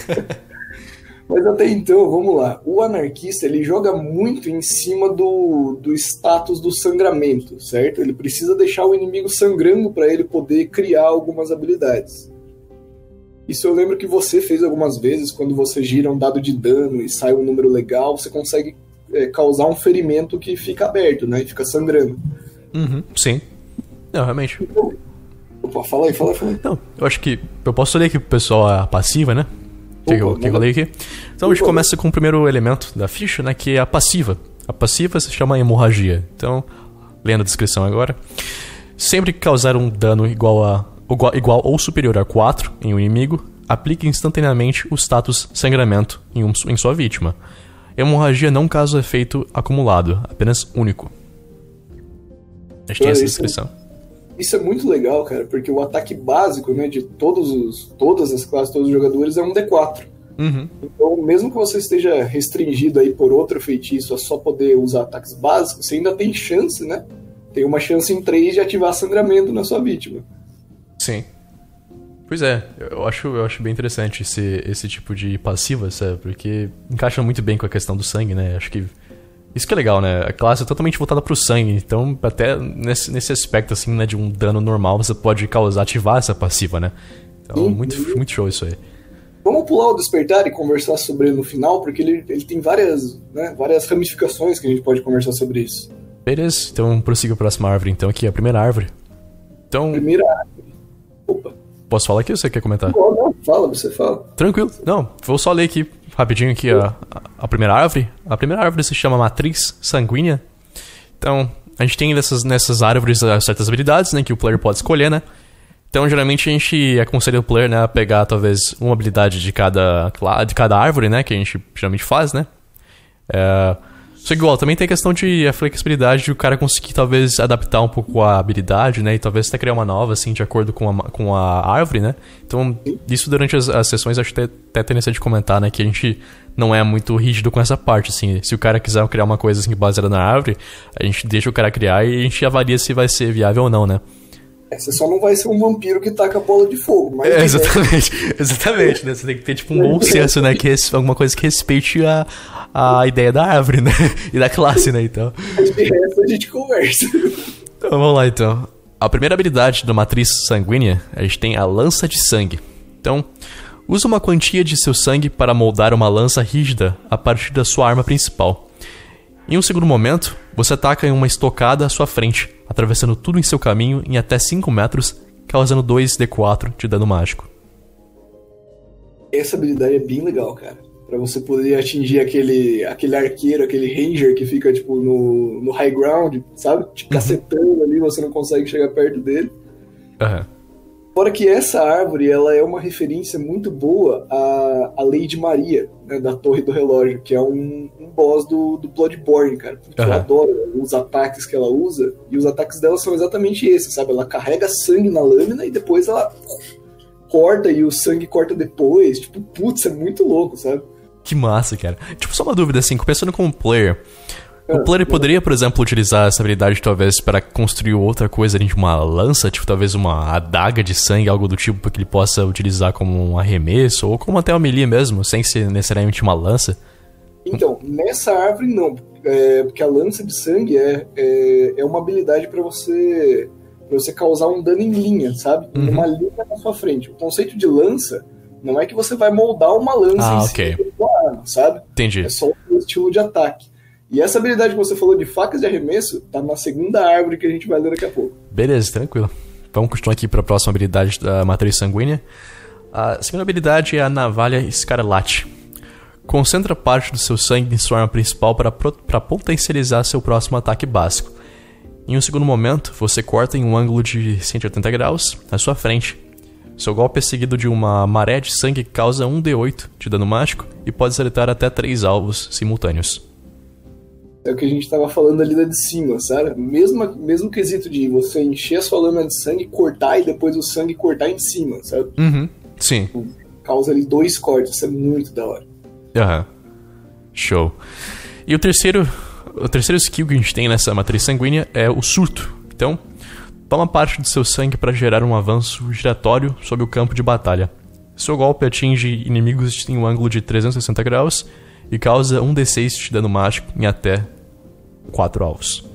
S1: Mas até então, vamos lá. O anarquista, ele joga muito em cima do, do status do sangramento, certo? Ele precisa deixar o inimigo sangrando para ele poder criar algumas habilidades. Isso eu lembro que você fez algumas vezes, quando você gira um dado de dano e sai um número legal, você consegue é, causar um ferimento que fica aberto, né? E fica sangrando.
S2: Uhum, sim. Não, realmente.
S1: Então, opa, fala aí, fala aí, fala aí.
S2: Não, eu acho que eu posso ler aqui pro pessoal a passiva, né? O que, que, que eu falei aqui? Então a gente começa com o primeiro elemento da ficha, né? Que é a passiva. A passiva se chama hemorragia. Então, lendo a descrição agora. Sempre que causar um dano igual, a, igual, igual ou superior a quatro em um inimigo, aplique instantaneamente o status sangramento em, um, em sua vítima. Hemorragia não causa efeito acumulado, apenas único. A gente tem essa descrição.
S1: Isso é muito legal, cara, porque o ataque básico, né, de todos os, todas as classes, todos os jogadores, é um D quatro.
S2: Uhum.
S1: Então, mesmo que você esteja restringido aí por outro feitiço a só poder usar ataques básicos, você ainda tem chance, né? Tem uma chance em três de ativar sangramento na sua vítima.
S2: Sim. Pois é, eu acho, eu acho bem interessante esse, esse tipo de passiva, sabe? Porque encaixa muito bem com a questão do sangue, né? Acho que isso que é legal, né? A classe é totalmente voltada pro sangue, então até nesse, nesse aspecto, assim, né, de um dano normal, você pode causar, ativar essa passiva, né? Então, uhum. muito, muito show isso aí.
S1: Vamos pular o despertar e conversar sobre ele no final, porque ele, ele tem várias, né, várias ramificações que a gente pode conversar sobre isso.
S2: Beleza, então prossiga a próxima árvore, então, aqui, a primeira árvore. Então...
S1: Primeira árvore. Opa.
S2: Posso falar aqui ou você quer comentar?
S1: Não, não, fala, você fala.
S2: Tranquilo, não, vou só ler aqui rapidinho aqui a, a, a primeira árvore. A primeira árvore se chama Matriz Sanguínea. Então, a gente tem nessas, nessas árvores certas habilidades, né, que o player pode escolher, né? Então, geralmente, a gente aconselha o player, né, a pegar, talvez, uma habilidade de cada, de cada árvore, né, que a gente geralmente faz, né? É... Só que, igual, também tem a questão de a flexibilidade de o cara conseguir, talvez, adaptar um pouco a habilidade, né? E talvez até criar uma nova, assim, de acordo com a, com a árvore, né? Então, isso durante as, as sessões, acho que até, até tem necessidade de comentar, né? Que a gente não é muito rígido com essa parte, assim. Se o cara quiser criar uma coisa, assim, baseada na árvore, a gente deixa o cara criar e a gente avalia se vai ser viável ou não, né?
S1: É, você só não vai ser um vampiro que taca bola de fogo. Mas
S2: é, exatamente, é... exatamente, né? Você tem que ter tipo um bom senso, né? Que é alguma coisa que respeite a, a ideia da árvore, né? E da classe, né? Então.
S1: De resto a gente conversa.
S2: Então vamos lá então. A primeira habilidade da matriz sanguínea, a gente tem a lança de sangue. Então, usa uma quantia de seu sangue para moldar uma lança rígida a partir da sua arma principal. Em um segundo momento, você ataca em uma estocada à sua frente, atravessando tudo em seu caminho em até cinco metros, causando dois D quatro de dano mágico.
S1: Essa habilidade é bem legal, cara. Pra você poder atingir aquele, aquele arqueiro, aquele ranger que fica tipo no, no high ground, sabe? Te cacetando uhum. ali, você não consegue chegar perto dele.
S2: Aham. Uhum.
S1: Fora que essa árvore, ela é uma referência muito boa à, à Lady Maria, né, da Torre do Relógio, que é um, um boss do, do Bloodborne, cara. Porque uhum. eu adoro os ataques que ela usa, e os ataques dela são exatamente esses, sabe? Ela carrega sangue na lâmina e depois ela corta e o sangue corta depois. Tipo, putz, é muito louco, sabe?
S2: Que massa, cara. Tipo, só uma dúvida, assim, pensando como player... O player poderia, por exemplo, utilizar essa habilidade talvez para construir outra coisa ali de uma lança, tipo talvez uma adaga de sangue, algo do tipo, para que ele possa utilizar como um arremesso, ou como até uma melee mesmo, sem ser necessariamente uma lança?
S1: Então, nessa árvore não, é, porque a lança de sangue é, é, é uma habilidade para você, pra você causar um dano em linha, sabe? Uhum. Uma linha na sua frente. O conceito de lança não é que você vai moldar uma lança
S2: ah,
S1: em
S2: okay.
S1: cima da sua arma, sabe?
S2: Entendi.
S1: É só o estilo de ataque. E essa habilidade que você falou de facas de arremesso tá na segunda árvore que a gente vai ler daqui a pouco.
S2: Beleza, tranquilo. Vamos continuar aqui para a próxima habilidade da matriz sanguínea. A segunda habilidade é a navalha escarlate. Concentra parte do seu sangue em sua arma principal para, para potencializar seu próximo ataque básico. Em um segundo momento, você corta em um ângulo de cento e oitenta graus na sua frente. Seu golpe é seguido de uma maré de sangue que causa um D oito de dano mágico e pode acertar até três alvos simultâneos.
S1: É o que a gente tava falando ali da de cima, sabe? Mesmo, mesmo quesito de você encher a sua lâmina de sangue, cortar e depois o sangue cortar em cima, sabe?
S2: Uhum, sim.
S1: Causa ali dois cortes, isso é muito da hora.
S2: Aham. Uhum. Show. E o terceiro, o terceiro skill que a gente tem nessa matriz sanguínea é o surto. Então, toma parte do seu sangue para gerar um avanço giratório sobre o campo de batalha. Seu golpe atinge inimigos em um ângulo de trezentos e sessenta graus e causa um D seis de dano mágico em até quatro alvos.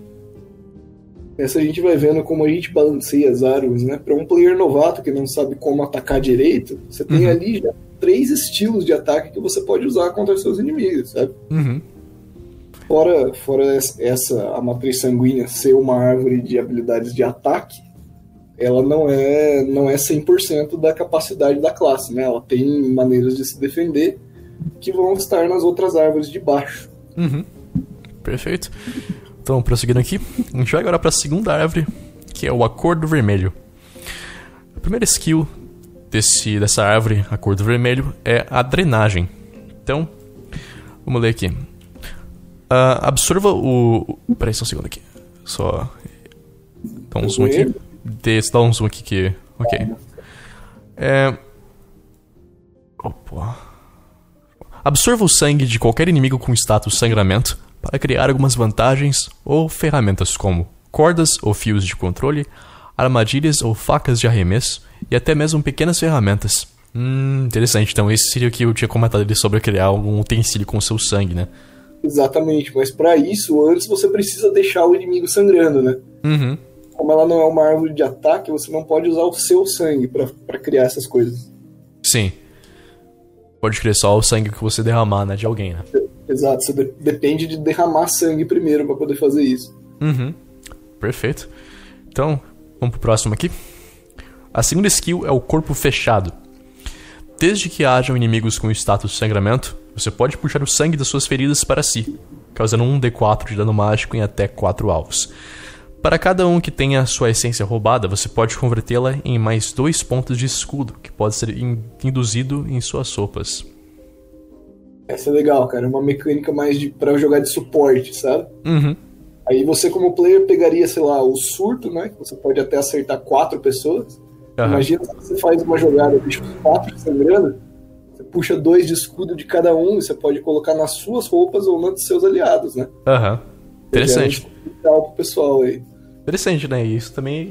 S1: Essa a gente vai vendo como a gente balanceia as árvores, né? Para um player novato que não sabe como atacar direito, você tem uhum. ali já três estilos de ataque que você pode usar contra seus inimigos, sabe?
S2: Uhum.
S1: Fora, fora essa, a matriz sanguínea ser uma árvore de habilidades de ataque, ela não é, não é cem por cento da capacidade da classe, né? Ela tem maneiras de se defender que vão estar nas outras árvores de baixo.
S2: Uhum. Perfeito. Então, prosseguindo aqui, a gente vai agora para a segunda árvore, que é o Acordo Vermelho. A primeira skill desse, dessa árvore, Acordo Vermelho, é a drenagem. Então, vamos ler aqui. Uh, absorva o... Peraí, só um segundo aqui. Só... Dá um zoom aqui. Desse, dá um zoom aqui que... Ok. É... Opa... Absorva o sangue de qualquer inimigo com status sangramento para criar algumas vantagens ou ferramentas como cordas ou fios de controle, armadilhas ou facas de arremesso e até mesmo pequenas ferramentas. Hum, interessante. Então esse seria o que eu tinha comentado ali sobre criar algum utensílio com o seu sangue, né?
S1: Exatamente, mas para isso, antes você precisa deixar o inimigo sangrando, né?
S2: Uhum.
S1: Como ela não é uma árvore de ataque, você não pode usar o seu sangue para criar essas coisas.
S2: Sim. Pode crer só o sangue que você derramar, né, de alguém, né?
S1: Exato, você de- depende de derramar sangue primeiro para poder fazer isso.
S2: Uhum, perfeito. Então, vamos pro próximo aqui. A segunda skill é o Corpo Fechado. Desde que hajam inimigos com status sangramento, você pode puxar o sangue das suas feridas para si, causando um D quatro de dano mágico em até quatro alvos. Para cada um que tenha sua essência roubada, você pode convertê-la em mais dois pontos de escudo, que pode ser in- induzido em suas sopas.
S1: Essa é legal, cara. É uma mecânica mais de, pra jogar de suporte, sabe?
S2: Uhum.
S1: Aí você, como player, pegaria, sei lá, o surto, né? Que você pode até acertar quatro pessoas. Uhum. Imagina se você faz uma jogada de quatro sangrando, você puxa dois de escudo de cada um e você pode colocar nas suas roupas ou nas dos seus aliados, né?
S2: Aham. Uhum. Interessante.
S1: É um pro pessoal aí.
S2: Interessante, né? Isso também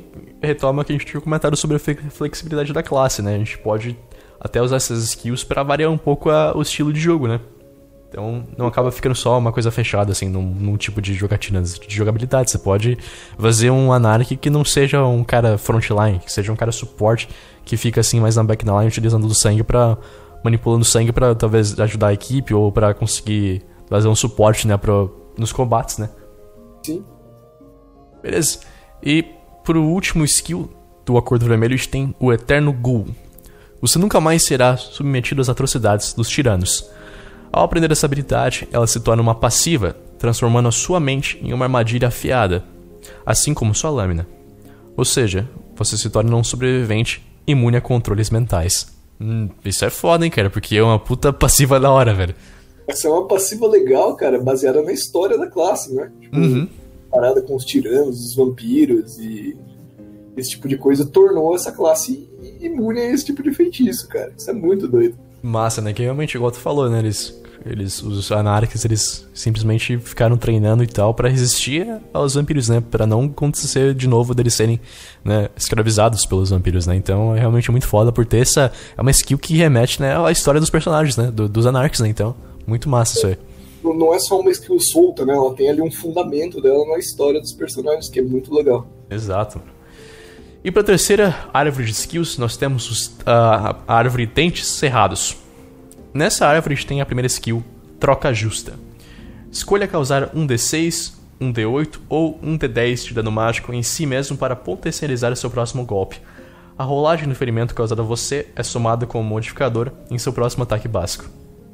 S2: retoma o que a gente tinha comentado sobre a flexibilidade da classe, né? A gente pode até usar essas skills pra variar um pouco a, o estilo de jogo, né? Então não acaba ficando só uma coisa fechada, assim, num, num tipo de jogatina, de jogabilidade. Você pode fazer um Anark que não seja um cara frontline, que seja um cara suporte, que fica assim mais na backline, utilizando o sangue pra... manipulando sangue pra talvez ajudar a equipe ou pra conseguir fazer um suporte, né, pra, nos combates, né?
S1: Sim.
S2: Beleza. E pro último skill do Acordo Vermelho, a gente tem o Eterno Ghoul. Você nunca mais será submetido às atrocidades dos tiranos. Ao aprender essa habilidade, ela se torna uma passiva, transformando a sua mente em uma armadilha afiada, assim como sua lâmina. Ou seja, você se torna um sobrevivente imune a controles mentais. Hum, isso é foda, hein, cara, porque é uma puta passiva da hora, velho.
S1: Essa é uma passiva legal, cara, baseada na história da classe, né? Tipo,
S2: uhum.
S1: Parada com os tiranos, os vampiros e esse tipo de coisa tornou essa classe imune a esse tipo de feitiço, cara. Isso é muito doido.
S2: Massa, né? Que realmente, igual tu falou, né? Eles, eles, os anarques, eles simplesmente ficaram treinando e tal pra resistir aos vampiros, né? Pra não acontecer de novo deles serem, né, escravizados pelos vampiros, né? Então é realmente muito foda por ter essa... É uma skill que remete, né, à história dos personagens, né? Do, dos anarques, né? Então, muito massa isso aí.
S1: Não é só uma skill solta, né? Ela tem ali um fundamento dela na história dos personagens, que é muito legal.
S2: Exato. E para a terceira árvore de skills, nós temos os, uh, a árvore Dentes Cerrados. Nessa árvore a gente tem a primeira skill, Troca Justa. Escolha causar um D seis, um D oito ou um D dez de dano mágico em si mesmo para potencializar o seu próximo golpe. A rolagem do ferimento causado a você é somada como modificador em seu próximo ataque básico.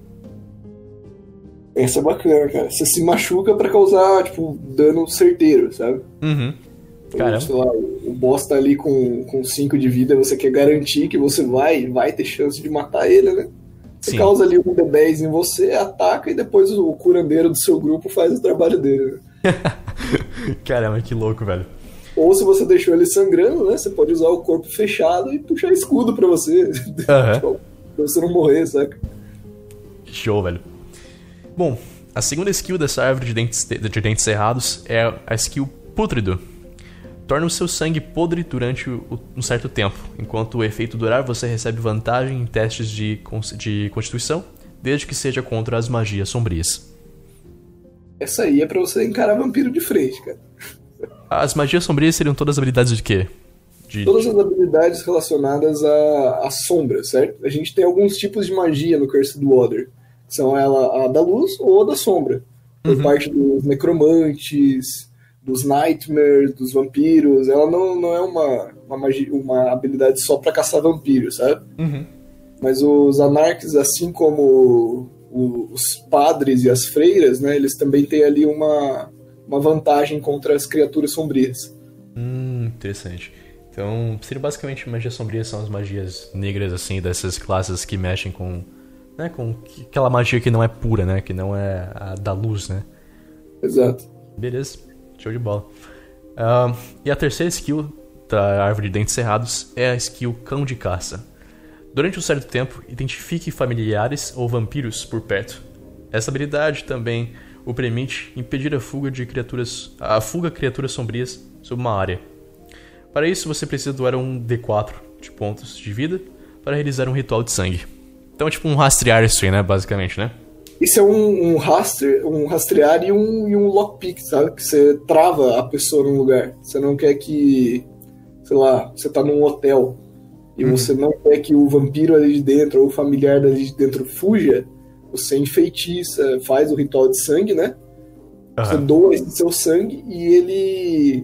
S1: Essa é bacana, cara. Você se machuca pra causar, tipo, dano certeiro, sabe?
S2: Uhum. Caramba.
S1: Sei lá, o boss tá ali com cinco de vida, você quer garantir que você vai, vai ter chance de matar ele, né? Você Sim. causa ali um D dez em você, ataca e depois o curandeiro do seu grupo faz o trabalho dele, né?
S2: Caramba, que louco, velho.
S1: Ou se você deixou ele sangrando, né? Você pode usar o corpo fechado e puxar escudo pra você. Uhum. Pra você não morrer, saca?
S2: Show, velho. Bom, a segunda skill dessa árvore de dentes, de dentes cerrados é a skill Pútrido. Torna o seu sangue podre durante um certo tempo. Enquanto o efeito durar, você recebe vantagem em testes de, de constituição, desde que seja contra as magias sombrias.
S1: Essa aí é pra você encarar vampiro de frente, cara.
S2: As magias sombrias seriam todas as habilidades de quê? De...
S1: Todas as habilidades relacionadas à, à sombra, certo? A gente tem alguns tipos de magia no Cursed Water. São ela a da luz ou a da sombra. Por uhum. parte dos necromantes, dos nightmares, dos vampiros. Ela não, não é uma, uma, magia, uma habilidade só pra caçar vampiros, sabe?
S2: Uhum.
S1: Mas os anarques, assim como os padres e as freiras, né, eles também têm ali uma, uma vantagem contra as criaturas sombrias.
S2: Hum, interessante. Então, seria basicamente magias sombrias são as magias negras, assim, dessas classes que mexem com... Né, com aquela magia que não é pura, né? Que não é a da luz, né?
S1: Exato.
S2: Beleza, show de bola. Uh, e a terceira skill da árvore de dentes cerrados é a skill Cão de Caça. Durante um certo tempo, identifique familiares ou vampiros por perto. Essa habilidade também o permite impedir a fuga de criaturas, a fuga de criaturas sombrias sob uma área. Para isso, você precisa doar um D quatro de pontos de vida para realizar um ritual de sangue. Então é tipo um rastrear isso aí, né? Basicamente, né?
S1: Isso é um, um, rastre, um rastrear e um, e um lockpick, sabe? Que você trava a pessoa num lugar. Você não quer que, sei lá, você tá num hotel e uhum. você não quer que o vampiro ali de dentro ou o familiar ali de dentro fuja. Você enfeitiça, faz o ritual de sangue, né? Uhum. Você doa esse seu sangue e ele...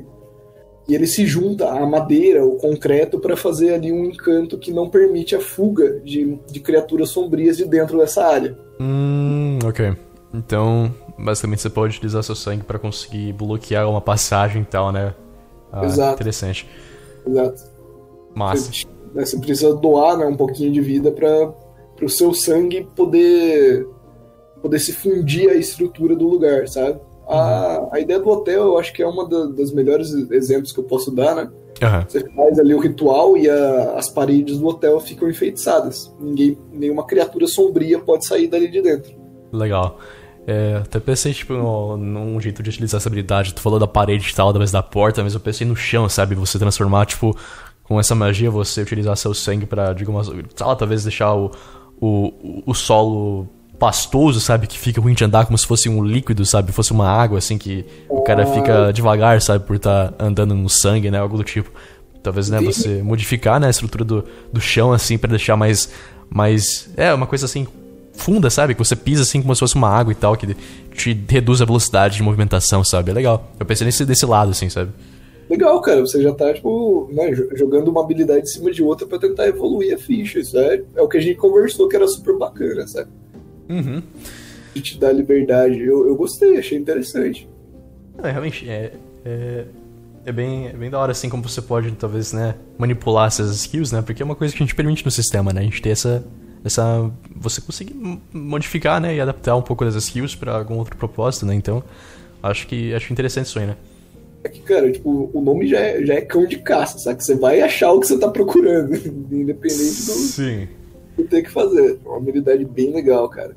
S1: E ele se junta à madeira, o concreto, para fazer ali um encanto que não permite a fuga de, de criaturas sombrias de dentro dessa área.
S2: Hum, ok. Então, basicamente você pode utilizar seu sangue para conseguir bloquear uma passagem e tal, né? Ah,
S1: Exato.
S2: Interessante.
S1: Exato.
S2: Massa.
S1: Você, você precisa doar, né, um pouquinho de vida para o seu sangue poder, poder se fundir à estrutura do lugar, sabe? A, a ideia do hotel, eu acho que é uma da, das melhores exemplos que eu posso dar, né?
S2: Uhum.
S1: Você faz ali o ritual e a, as paredes do hotel ficam enfeitiçadas. Ninguém, nenhuma criatura sombria pode sair dali de dentro.
S2: Legal. É, até pensei, tipo, no, num jeito de utilizar essa habilidade. Tu falou da parede e tal, da vez da porta, mas eu pensei no chão, sabe? Você transformar, tipo, com essa magia, você utilizar seu sangue pra, digamos, sei lá, talvez deixar o, o, o solo pastoso, sabe? Que fica ruim de andar como se fosse um líquido, sabe? Fosse uma água, assim, que o cara fica devagar, sabe? Por estar tá andando no sangue, né? Algo do tipo. Talvez, né, você modificar, né, a estrutura do, do chão, assim, pra deixar mais, mais... É, uma coisa, assim, funda, sabe? Que você pisa, assim, como se fosse uma água e tal, que te reduz a velocidade de movimentação, sabe? É legal. Eu pensei nesse, desse lado, assim, sabe?
S1: Legal, cara. Você já tá, tipo, né, jogando uma habilidade em cima de outra pra tentar evoluir a ficha. Isso é, é o que a gente conversou, que era super bacana, sabe?
S2: Uhum.
S1: De te dar liberdade. Eu, eu gostei, achei interessante.
S2: É, realmente, é... é... É bem, é bem da hora, assim, como você pode, talvez, né, manipular essas skills, né? Porque é uma coisa que a gente permite no sistema, né? A gente tem essa... essa você conseguir modificar, né? E adaptar um pouco das skills pra algum outro propósito, né? Então, acho que acho interessante isso aí, né?
S1: É que, cara, tipo, o nome já é, já é cão de caça, sabe? Você vai achar o que você tá procurando, independente do,
S2: Sim.
S1: do ter que fazer. É uma habilidade bem legal, cara.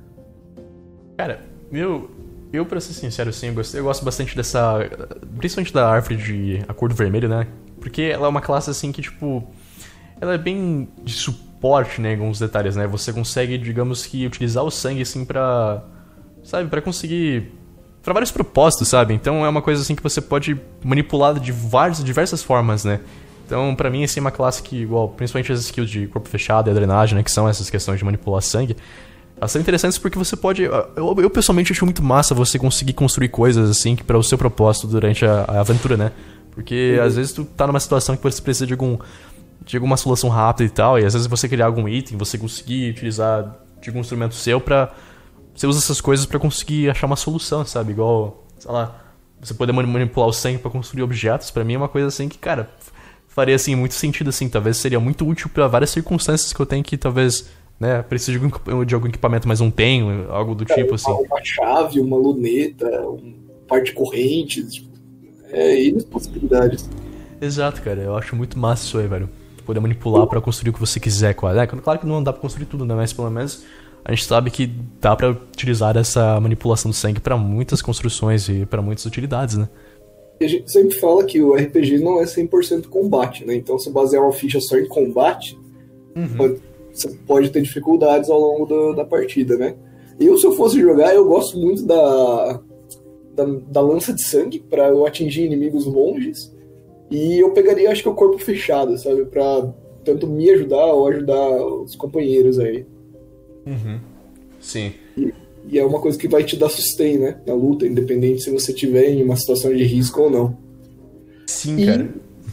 S2: Cara, meu... Eu, pra ser sincero, sim, eu, gostei, eu gosto bastante dessa... Principalmente da árvore de acordo vermelho, né? Porque ela é uma classe, assim, que, tipo... Ela é bem de suporte, né? Em alguns detalhes, né? Você consegue, digamos que, utilizar o sangue, assim, pra... Sabe? Pra conseguir... Pra vários propósitos, sabe? Então é uma coisa, assim, que você pode manipular de várias, diversas formas, né? Então, pra mim, assim, é uma classe que, igual... Principalmente as skills de corpo fechado e a drenagem, né? Que são essas questões de manipular sangue... Elas são interessantes porque você pode... Eu, eu pessoalmente acho muito massa você conseguir construir coisas assim para o seu propósito durante a, a aventura, né? Porque uhum. às vezes tu tá numa situação que você precisa de, algum, de alguma solução rápida e tal, e às vezes você criar algum item, você conseguir utilizar de algum instrumento seu pra... Você usa essas coisas pra conseguir achar uma solução, sabe? Igual, sei lá, você poder manipular o sangue pra construir objetos, pra mim é uma coisa assim que, cara, faria assim muito sentido assim. Talvez seria muito útil pra várias circunstâncias que eu tenho que talvez... Né, preciso de algum, de algum equipamento, mas não tenho, algo do Cara, tipo assim.
S1: Uma chave, uma luneta, um par de correntes, tipo, é N possibilidades.
S2: Exato, cara, eu acho muito massa isso aí, velho. Poder manipular pra construir o que você quiser, quase. É, claro que não dá pra construir tudo, né, mas pelo menos a gente sabe que dá pra utilizar essa manipulação do sangue pra muitas construções e pra muitas utilidades, né.
S1: E a gente sempre fala que o R P G não é cem por cento combate, né, então se basear uma ficha só em combate, uhum. pode... você pode ter dificuldades ao longo do, da partida, né? Eu, se eu fosse jogar, eu gosto muito da, da, da lança de sangue pra eu atingir inimigos longes, e eu pegaria, acho que, o corpo fechado, sabe? Pra tanto me ajudar ou ajudar os companheiros aí.
S2: Uhum. Sim.
S1: E, e é uma coisa que vai te dar sustain, né? Na luta, independente se você estiver em uma situação de risco ou não.
S2: Sim,
S1: e
S2: cara.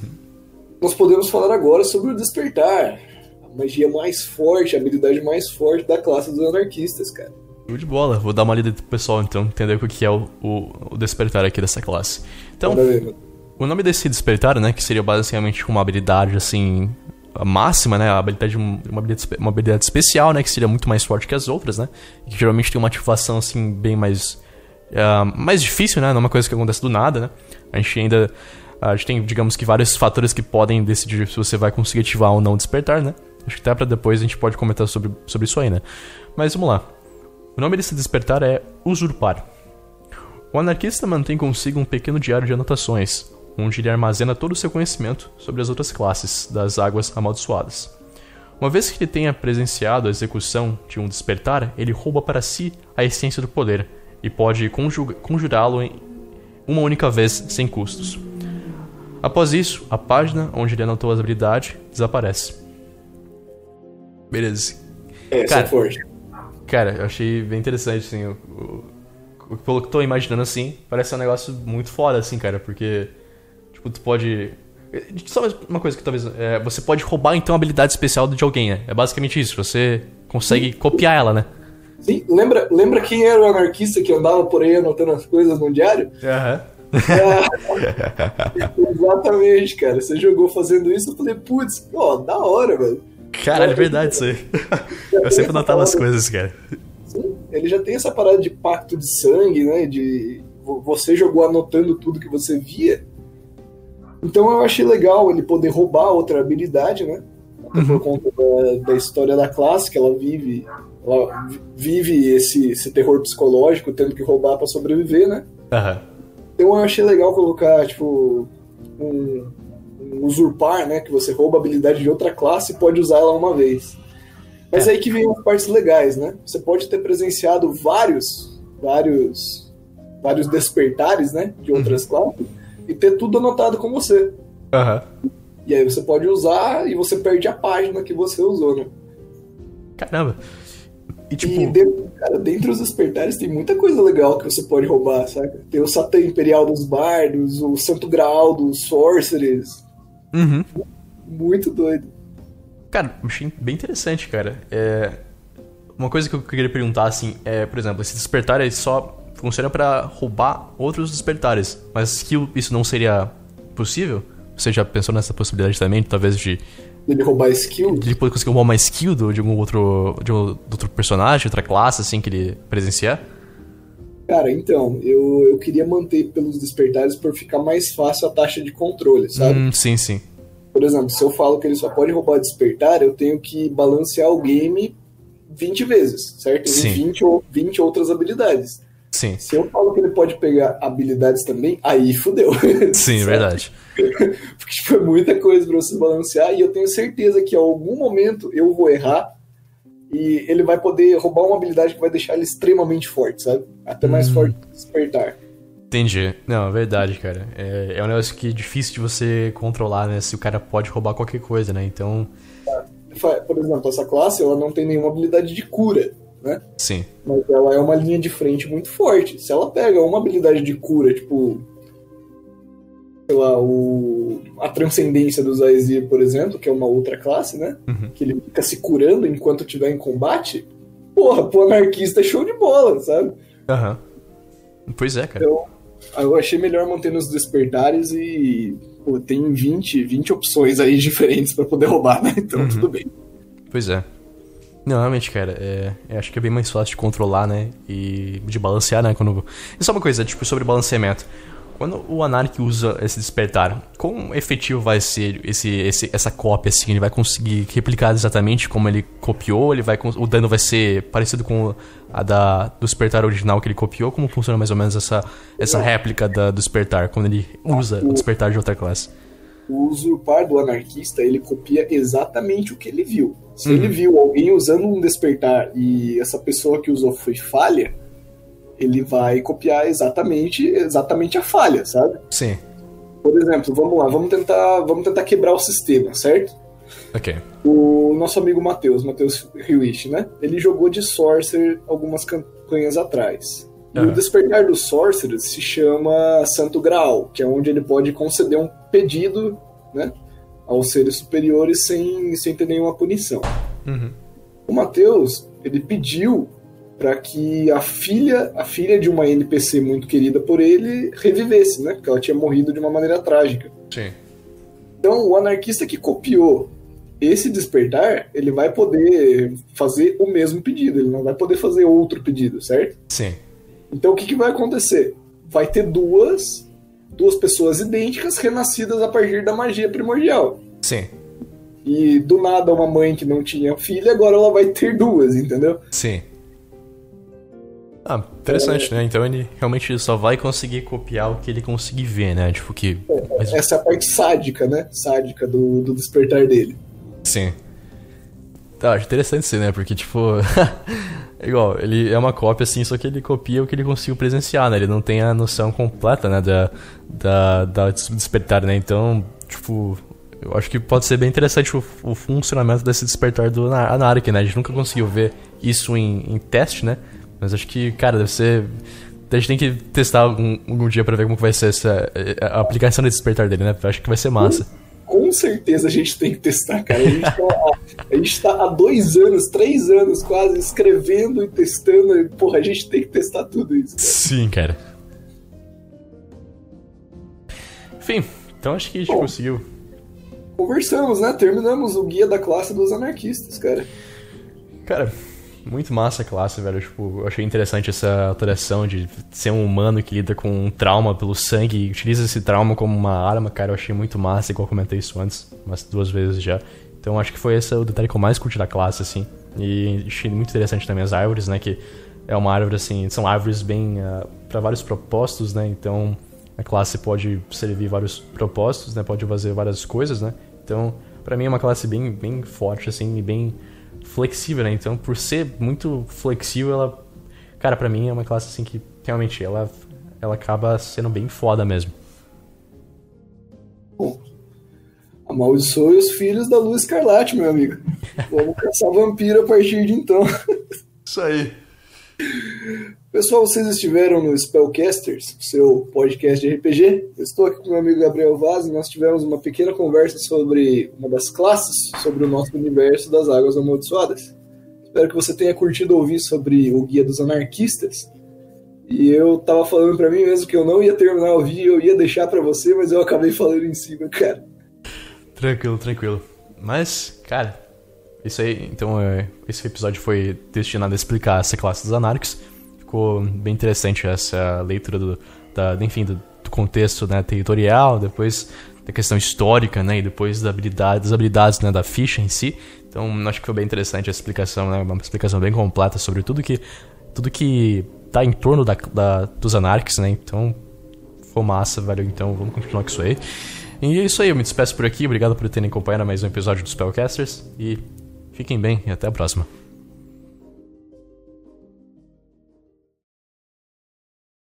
S1: Nós podemos falar agora sobre o despertar. Magia mais forte, a habilidade mais forte da classe dos anarquistas, cara.
S2: Show de bola. Vou dar uma lida pro pessoal, então, entender o que é o, o, o despertar aqui dessa classe. Então, o nome desse despertar, né, que seria basicamente uma habilidade, assim, a máxima, né, a habilidade, uma habilidade, uma habilidade especial, né, que seria muito mais forte que as outras, né, e que geralmente tem uma ativação, assim, bem mais, uh, mais difícil, né, não é uma coisa que acontece do nada, né. A gente ainda, a gente tem, digamos que, vários fatores que podem decidir se você vai conseguir ativar ou não o despertar, né. Acho que até pra depois a gente pode comentar sobre, sobre isso aí, né? Mas vamos lá. O nome desse despertar é Usurpar. O anarquista mantém consigo um pequeno diário de anotações, onde ele armazena todo o seu conhecimento sobre as outras classes das águas amaldiçoadas. Uma vez que ele tenha presenciado a execução de um despertar, ele rouba para si a essência do poder e pode conjurá-lo em uma única vez sem custos. Após isso, a página onde ele anotou as habilidades desaparece. Beleza.
S1: É, cara, é forte.
S2: Cara, eu achei bem interessante, assim, o, o, o, pelo que eu tô imaginando, assim, parece um negócio muito foda, assim, cara, porque, tipo, tu pode... Só uma coisa que talvez... É, você pode roubar, então, a habilidade especial de alguém, né? É basicamente isso, você consegue Sim. copiar ela, né?
S1: Sim, lembra, lembra quem era o anarquista que andava por aí anotando as coisas no diário?
S2: Aham.
S1: Uhum. É, exatamente, cara. Você jogou fazendo isso, eu falei, putz, ó, da hora, velho.
S2: Caralho, é verdade isso aí. Eu sempre notava as coisas, cara.
S1: Sim, ele já tem essa parada de pacto de sangue, né? De você jogou anotando tudo que você via. Então eu achei legal ele poder roubar outra habilidade, né? Até por conta da, da história da classe, que ela vive ela vive esse, esse terror psicológico, tendo que roubar pra sobreviver, né?
S2: Aham.
S1: Então eu achei legal colocar, tipo, um, um usurpar, né? Que você rouba a habilidade de outra classe e pode usar ela uma vez. Mas
S2: É.
S1: aí que vem as partes legais, né? Você pode ter presenciado vários, vários, vários despertares, né? De outras
S2: Uhum.
S1: classes e ter tudo anotado com você.
S2: Aham.
S1: E aí você pode usar e você perde a página que você usou, né?
S2: Caramba. E tipo...
S1: E, de, cara, dentre os despertares tem muita coisa legal que você pode roubar, sabe? Tem o Satã Imperial dos Bardos, o Santo Graal dos Sorcerers.
S2: Uhum.
S1: Muito doido.
S2: Cara, achei bem interessante, cara. É... Uma coisa que eu queria perguntar, assim, é, por exemplo, esse despertar ele só funciona pra roubar outros despertares. Mas que isso não seria possível? Você já pensou nessa possibilidade também, talvez de...
S1: Ele roubar skill?
S2: De ele conseguir roubar uma skill do- de algum outro, de um, de outro personagem, outra classe, assim, que ele presenciar?
S1: Cara, então, eu, eu queria manter pelos despertares por ficar mais fácil a taxa de controle, sabe?
S2: Hum, sim, sim.
S1: Por exemplo, se eu falo que ele só pode roubar despertar, eu tenho que balancear o game vinte vezes, certo? Em
S2: Sim.
S1: vinte, ou vinte outras habilidades.
S2: Sim.
S1: Se eu falo que ele pode pegar habilidades também, aí fudeu.
S2: Sim,
S1: Sabe?
S2: verdade.
S1: Porque tipo, é muita coisa pra você balancear e eu tenho certeza que em algum momento eu vou errar e ele vai poder roubar uma habilidade que vai deixar ele extremamente forte, sabe? Até mais
S2: Hum.
S1: forte que despertar.
S2: Entendi. Não, é verdade, cara. É, é um negócio que é difícil de você controlar, né? Se o cara pode roubar qualquer coisa, né? Então,
S1: Fa- Por exemplo, essa classe ela não tem nenhuma habilidade de cura, né?
S2: sim.
S1: Mas ela é uma linha de frente muito forte. Se ela pega uma habilidade de cura, tipo, sei lá, o... a transcendência do Zaizir, por exemplo, que é uma outra classe, né?
S2: Uhum.
S1: Que ele fica se curando enquanto estiver em combate, porra, pro anarquista é show de bola, sabe?
S2: Aham. Pois é, cara.
S1: Então, eu achei melhor manter nos despertares e, pô, tem vinte, vinte opções aí diferentes pra poder roubar, né? Então,
S2: Uhum.
S1: tudo bem.
S2: Pois é. Não, realmente, cara, é, eu acho que é bem mais fácil de controlar, né? E de balancear, né? Quando... E só uma coisa, tipo, sobre balanceamento. Quando o Anark usa esse despertar, quão efetivo vai ser esse, esse, essa cópia, assim? Ele vai conseguir replicar exatamente como ele copiou? Ele vai, cons- o dano vai ser parecido com a da, do despertar original que ele copiou? Como funciona mais ou menos essa, essa réplica da, do despertar, quando ele usa o despertar de outra classe?
S1: O usurpar do anarquista, ele copia exatamente o que ele viu. Se
S2: Uhum.
S1: ele viu alguém usando um despertar e essa pessoa que usou foi falha, ele vai copiar exatamente, exatamente a falha, sabe?
S2: Sim.
S1: Por exemplo, vamos lá, vamos tentar, vamos tentar quebrar o sistema, certo?
S2: Ok.
S1: O nosso amigo Matheus, Matheus Hewitt, né? Ele jogou de Sorcerer algumas campanhas atrás. E
S2: Aham.
S1: o despertar do Sorcerer se chama Santo Graal, que é onde ele pode conceder um pedido, né, aos seres superiores sem, sem ter nenhuma punição.
S2: Uhum.
S1: O Matheus, ele pediu para que a filha, a filha de uma N P C muito querida por ele revivesse, né? Porque ela tinha morrido de uma maneira trágica.
S2: Sim.
S1: Então, o anarquista que copiou esse despertar, ele vai poder fazer o mesmo pedido, ele não vai poder fazer outro pedido, certo?
S2: Sim.
S1: Então, o que, que vai acontecer? Vai ter duas, duas pessoas idênticas renascidas a partir da magia primordial.
S2: Sim.
S1: E do nada, uma mãe que não tinha filha, agora ela vai ter duas, entendeu?
S2: Sim. Ah, interessante, né? Então ele realmente só vai conseguir copiar o que ele conseguir ver, né? Tipo que... Mas...
S1: Essa é a parte sádica, né? Sádica do, do despertar dele.
S2: Sim. Tá, acho interessante isso, né? Porque, tipo... é igual, ele é uma cópia, assim, só que ele copia o que ele conseguiu presenciar, né? Ele não tem a noção completa, né? Da, da, da despertar, né? Então, tipo... Eu acho que pode ser bem interessante o, o funcionamento desse despertar do Anark, né? A gente nunca conseguiu ver isso em, em teste, né? Mas acho que, cara, deve ser... A gente tem que testar algum, algum dia pra ver como vai ser essa, a aplicação desse despertar dele, né? Eu acho que vai ser massa.
S1: Com certeza a gente tem que testar, cara. A gente tá, a gente tá há dois anos, três anos quase, escrevendo e testando. E, porra, a gente tem que testar tudo isso, cara.
S2: Sim, cara. Enfim, então acho que a gente
S1: Bom,
S2: conseguiu.
S1: Conversamos, né? Terminamos o guia da classe dos anarquistas, cara.
S2: Cara, muito massa a classe, velho. Tipo, eu achei interessante essa alteração de ser um humano que lida com um trauma pelo sangue e utiliza esse trauma como uma arma, cara. Eu achei muito massa, igual eu comentei isso antes, umas duas vezes já. Então acho que foi esse o detalhe que eu mais curti da classe, assim. E achei muito interessante também as árvores, né? Que é uma árvore, assim, são árvores bem uh, para vários propósitos, né? Então a classe pode servir vários propósitos, né? Pode fazer várias coisas, né? Então, pra mim é uma classe bem, bem forte, assim, e bem flexível, né? Então, por ser muito flexível, ela... Cara, pra mim é uma classe, assim, que realmente ela, ela acaba sendo bem foda mesmo.
S1: Bom, amaldiçoe os filhos da Luz Escarlate, meu amigo. Vamos caçar vampiro a partir de então.
S2: Isso aí.
S1: Pessoal, vocês estiveram no Spellcasters, seu podcast de R P G. Eu estou aqui com o meu amigo Gabriel Vaz e nós tivemos uma pequena conversa sobre uma das classes, sobre o nosso universo das Águas Amaldiçoadas. Espero que você tenha curtido ouvir sobre o Guia dos Anarquistas. E eu tava falando pra mim mesmo que eu não ia terminar o vídeo, eu ia deixar pra você, mas eu acabei falando em cima, cara.
S2: Tranquilo, tranquilo. Mas, cara, isso aí, então, é, esse episódio foi destinado a explicar essa classe dos anarcos. Ficou bem interessante essa leitura do, da, enfim, do, do contexto, né, territorial, depois da questão histórica, né, e depois da habilidade, das habilidades, né, da ficha em si. Então, acho que foi bem interessante a explicação, né, uma explicação bem completa sobre tudo que, tudo que tá em torno da, da, dos anarques, né. Então, foi massa, valeu. Então, vamos continuar com isso aí. E é isso aí, eu me despeço por aqui. Obrigado por terem acompanhado mais um episódio dos Spellcasters. E fiquem bem e até a próxima.